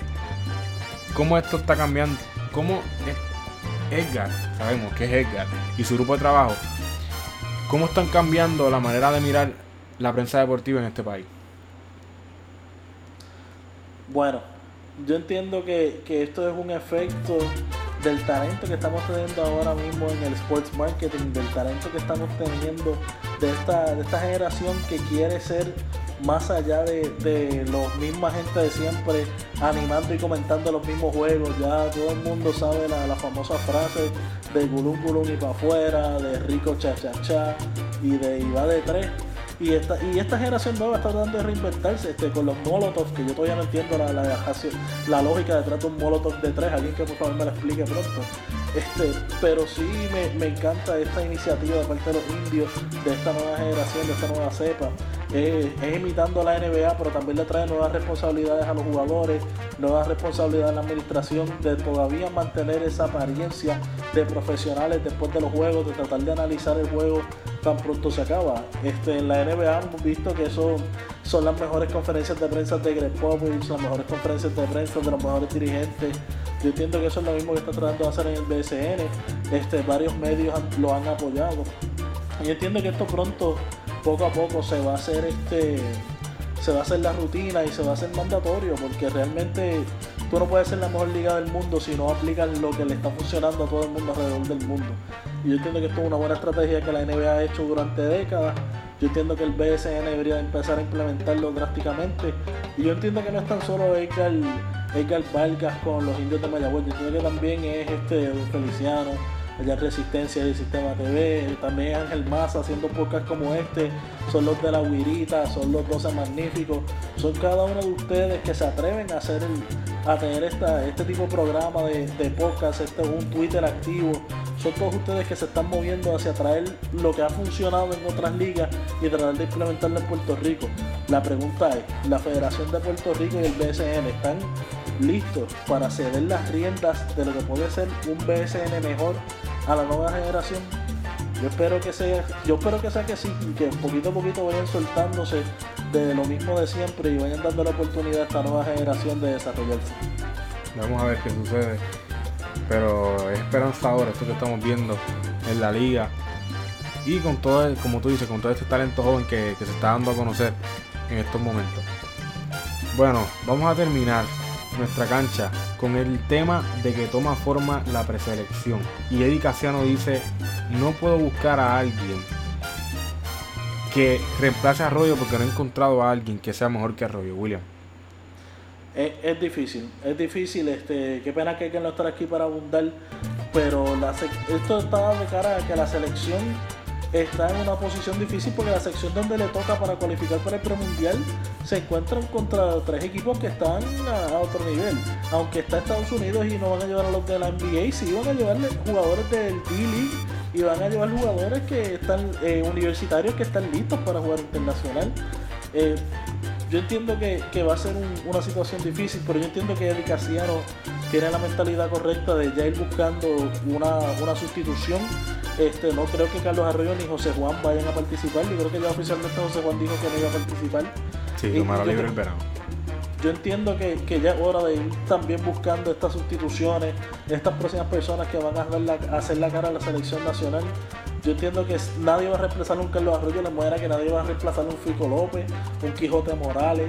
¿Cómo esto está cambiando? ¿Cómo Edgar, sabemos que es Edgar y su grupo de trabajo, cómo están cambiando la manera de mirar la prensa deportiva en este país? Bueno, yo entiendo que, que esto es un efecto del talento que estamos teniendo ahora mismo en el sports marketing, del talento que estamos teniendo de esta, de esta generación que quiere ser más allá de, de los misma gente de siempre animando y comentando los mismos juegos. Ya todo el mundo sabe la, la famosa frase de gulum gulum y para afuera, de rico cha cha cha y de y va de tres. Y esta, y esta generación nueva está tratando de reinventarse este, con los Molotov, que yo todavía no entiendo la, la, la lógica detrás de un Molotov de tres. Alguien que por favor me lo explique pronto. Este, pero sí me, me encanta esta iniciativa de parte de los indios, de esta nueva generación, de esta nueva cepa. Eh, es imitando a la N B A, pero también le trae nuevas responsabilidades a los jugadores, nuevas responsabilidades a la administración, de todavía mantener esa apariencia de profesionales después de los juegos, de tratar de analizar el juego tan pronto se acaba. Este, en la N B A hemos visto que eso son las mejores conferencias de prensa de Greg Popovich, las mejores conferencias de prensa de los mejores dirigentes. Yo entiendo que eso es lo mismo que está tratando de hacer en el B S N. Este, varios medios han, lo han apoyado. Y yo entiendo que esto pronto, poco a poco, se va a hacer este, se va a hacer la rutina y se va a hacer mandatorio, porque realmente tú no puedes ser la mejor liga del mundo si no aplicas lo que le está funcionando a todo el mundo alrededor del mundo. Y yo entiendo que esto es una buena estrategia que la N B A ha hecho durante décadas. Yo entiendo que el B S N debería empezar a implementarlo drásticamente. Y yo entiendo que no es tan solo Edgar, Edgar Vargas con los Indios de Mayagüez. Yo entiendo que también es este Feliciano, allá Resistencia y el Sistema T V. También Ángel Maza haciendo podcasts como este. Son los de la Guirita, son los doce Magníficos. Son cada uno de ustedes que se atreven a hacer el, a tener esta, este tipo de programa de, de podcast, este, un Twitter activo. Son todos ustedes que se están moviendo hacia traer lo que ha funcionado en otras ligas y tratar de implementarlo en Puerto Rico. La pregunta es, ¿la Federación de Puerto Rico y el B S N están listos para ceder las riendas de lo que puede ser un B S N mejor a la nueva generación? Yo espero que sea, yo espero que sea que sí, y que poquito a poquito vayan soltándose de lo mismo de siempre y vayan dando la oportunidad a esta nueva generación de desarrollarse. Vamos a ver qué sucede. Pero es esperanzador esto que estamos viendo en la liga. Y con todo, como tú dices, con todo este talento joven que, que se está dando a conocer en estos momentos. Bueno, vamos a terminar nuestra cancha con el tema de que toma forma la preselección. Y Eddie Casiano dice: no puedo buscar a alguien que reemplace a Arroyo porque no he encontrado a alguien que sea mejor que Arroyo. William. Es, es difícil, es difícil, este, qué pena que hay que no estar aquí para abundar, pero la, esto está de cara a que la selección está en una posición difícil, porque la sección donde le toca para cualificar para el premundial se encuentran contra tres equipos que están a, a otro nivel. Aunque está Estados Unidos y no van a llevar a los de la N B A, sí van a llevar jugadores del D-League y van a llevar jugadores que están eh, universitarios que están listos para jugar internacional. Eh, Yo entiendo que, que va a ser un, una situación difícil, pero yo entiendo que Eddie Casiano tiene la mentalidad correcta de ya ir buscando una, una sustitución. Este, no creo que Carlos Arroyo ni José Juan vayan a participar. Yo creo que ya oficialmente José Juan dijo que no iba a participar. Sí, tomará libre el verano. Yo entiendo que, que ya es hora de ir también buscando estas sustituciones, estas próximas personas que van a, dar la, a hacer la cara a la selección nacional. Yo entiendo que nadie va a reemplazar a un Carlos Arroyo, la manera que nadie va a reemplazar a un Fico López, un Quijote Morales.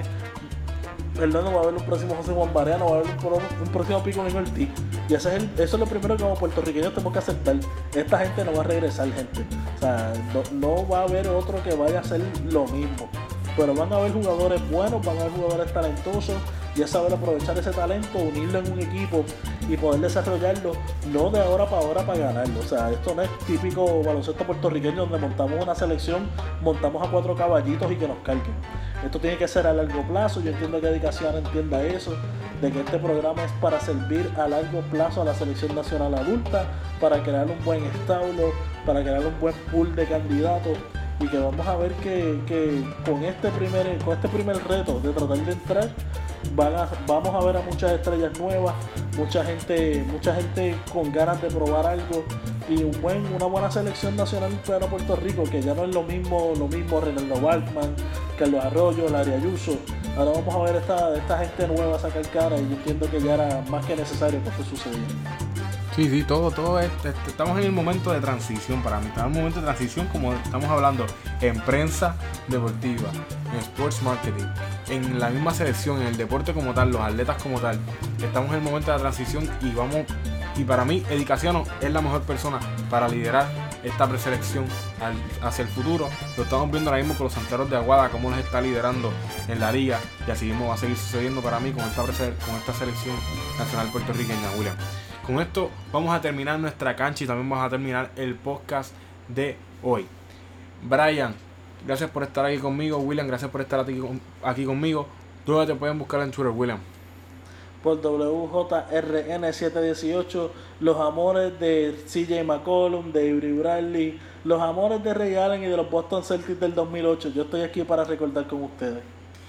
Perdón, no va a haber un próximo José Juan Barea, no va a haber un, un próximo Pico Miguel Ortiz. Y ese es el, eso es lo primero que como puertorriqueños tenemos que aceptar. Esta gente no va a regresar, gente. O sea, no, no va a haber otro que vaya a hacer lo mismo. Pero van a haber jugadores buenos, van a haber jugadores talentosos, y es saber aprovechar ese talento, unirlo en un equipo y poder desarrollarlo, no de ahora para ahora para ganarlo. O sea, esto no es típico baloncesto puertorriqueño donde montamos una selección, montamos a cuatro caballitos y que nos carguen. Esto tiene que ser a largo plazo. Yo entiendo que Dedicación entienda eso, de que este programa es para servir a largo plazo a la selección nacional adulta, para crear un buen establo, para crear un buen pool de candidatos, y que vamos a ver que, que con este primer con este primer reto de tratar de entrar van a, vamos a ver a muchas estrellas nuevas, mucha gente mucha gente con ganas de probar algo, y un buen, una buena selección nacional para Puerto Rico, que ya no es lo mismo lo mismo Renaldo Balkman, Carlos Arroyo, Larry Ayuso. Ahora vamos a ver esta, esta gente nueva sacar cara, y yo entiendo que ya era más que necesario que esto sucediera. Sí, sí, todo, todo es, estamos en el momento de transición para mí, estamos en el momento de transición, como estamos hablando en prensa deportiva, en sports marketing, en la misma selección, en el deporte como tal, los atletas como tal. Estamos en el momento de la transición y vamos, y para mí Eddie Casiano es la mejor persona para liderar esta preselección al, hacia el futuro. Lo estamos viendo ahora mismo con los Santeros de Aguada, cómo nos está liderando en la liga, y así mismo va a seguir sucediendo para mí con esta, con esta selección nacional puertorriqueña, William. Con esto vamos a terminar nuestra cancha y también vamos a terminar el podcast de hoy. Brian, gracias por estar aquí conmigo. William, gracias por estar aquí, aquí conmigo. ¿Dónde te pueden buscar en Twitter, William? Por W J R N siete dieciocho, los amores de C J McCollum, de Avery Bradley, los amores de Ray Allen y de los Boston Celtics del dos mil ocho. Yo estoy aquí para recordar con ustedes.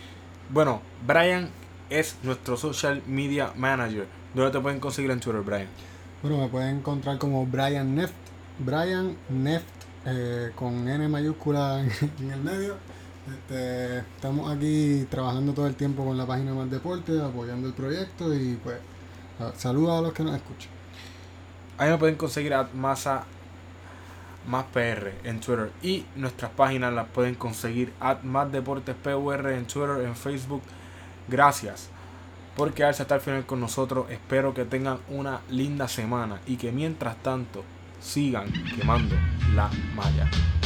Bueno, Brian es nuestro social media manager. ¿Dónde te pueden conseguir en Twitter, Brian? Bueno, me pueden encontrar como Brian Neft, Brian Neft eh, con N mayúscula en, en el medio. Este, estamos aquí trabajando todo el tiempo con la página Más Deporte, apoyando el proyecto y pues saludos a los que nos escuchan. Ahí me pueden conseguir a Masa Más P R en Twitter y nuestras páginas las pueden conseguir a Más Deportes P U R en Twitter, en Facebook. Gracias por quedarse hasta el final con nosotros. Espero que tengan una linda semana y que mientras tanto sigan quemando la malla.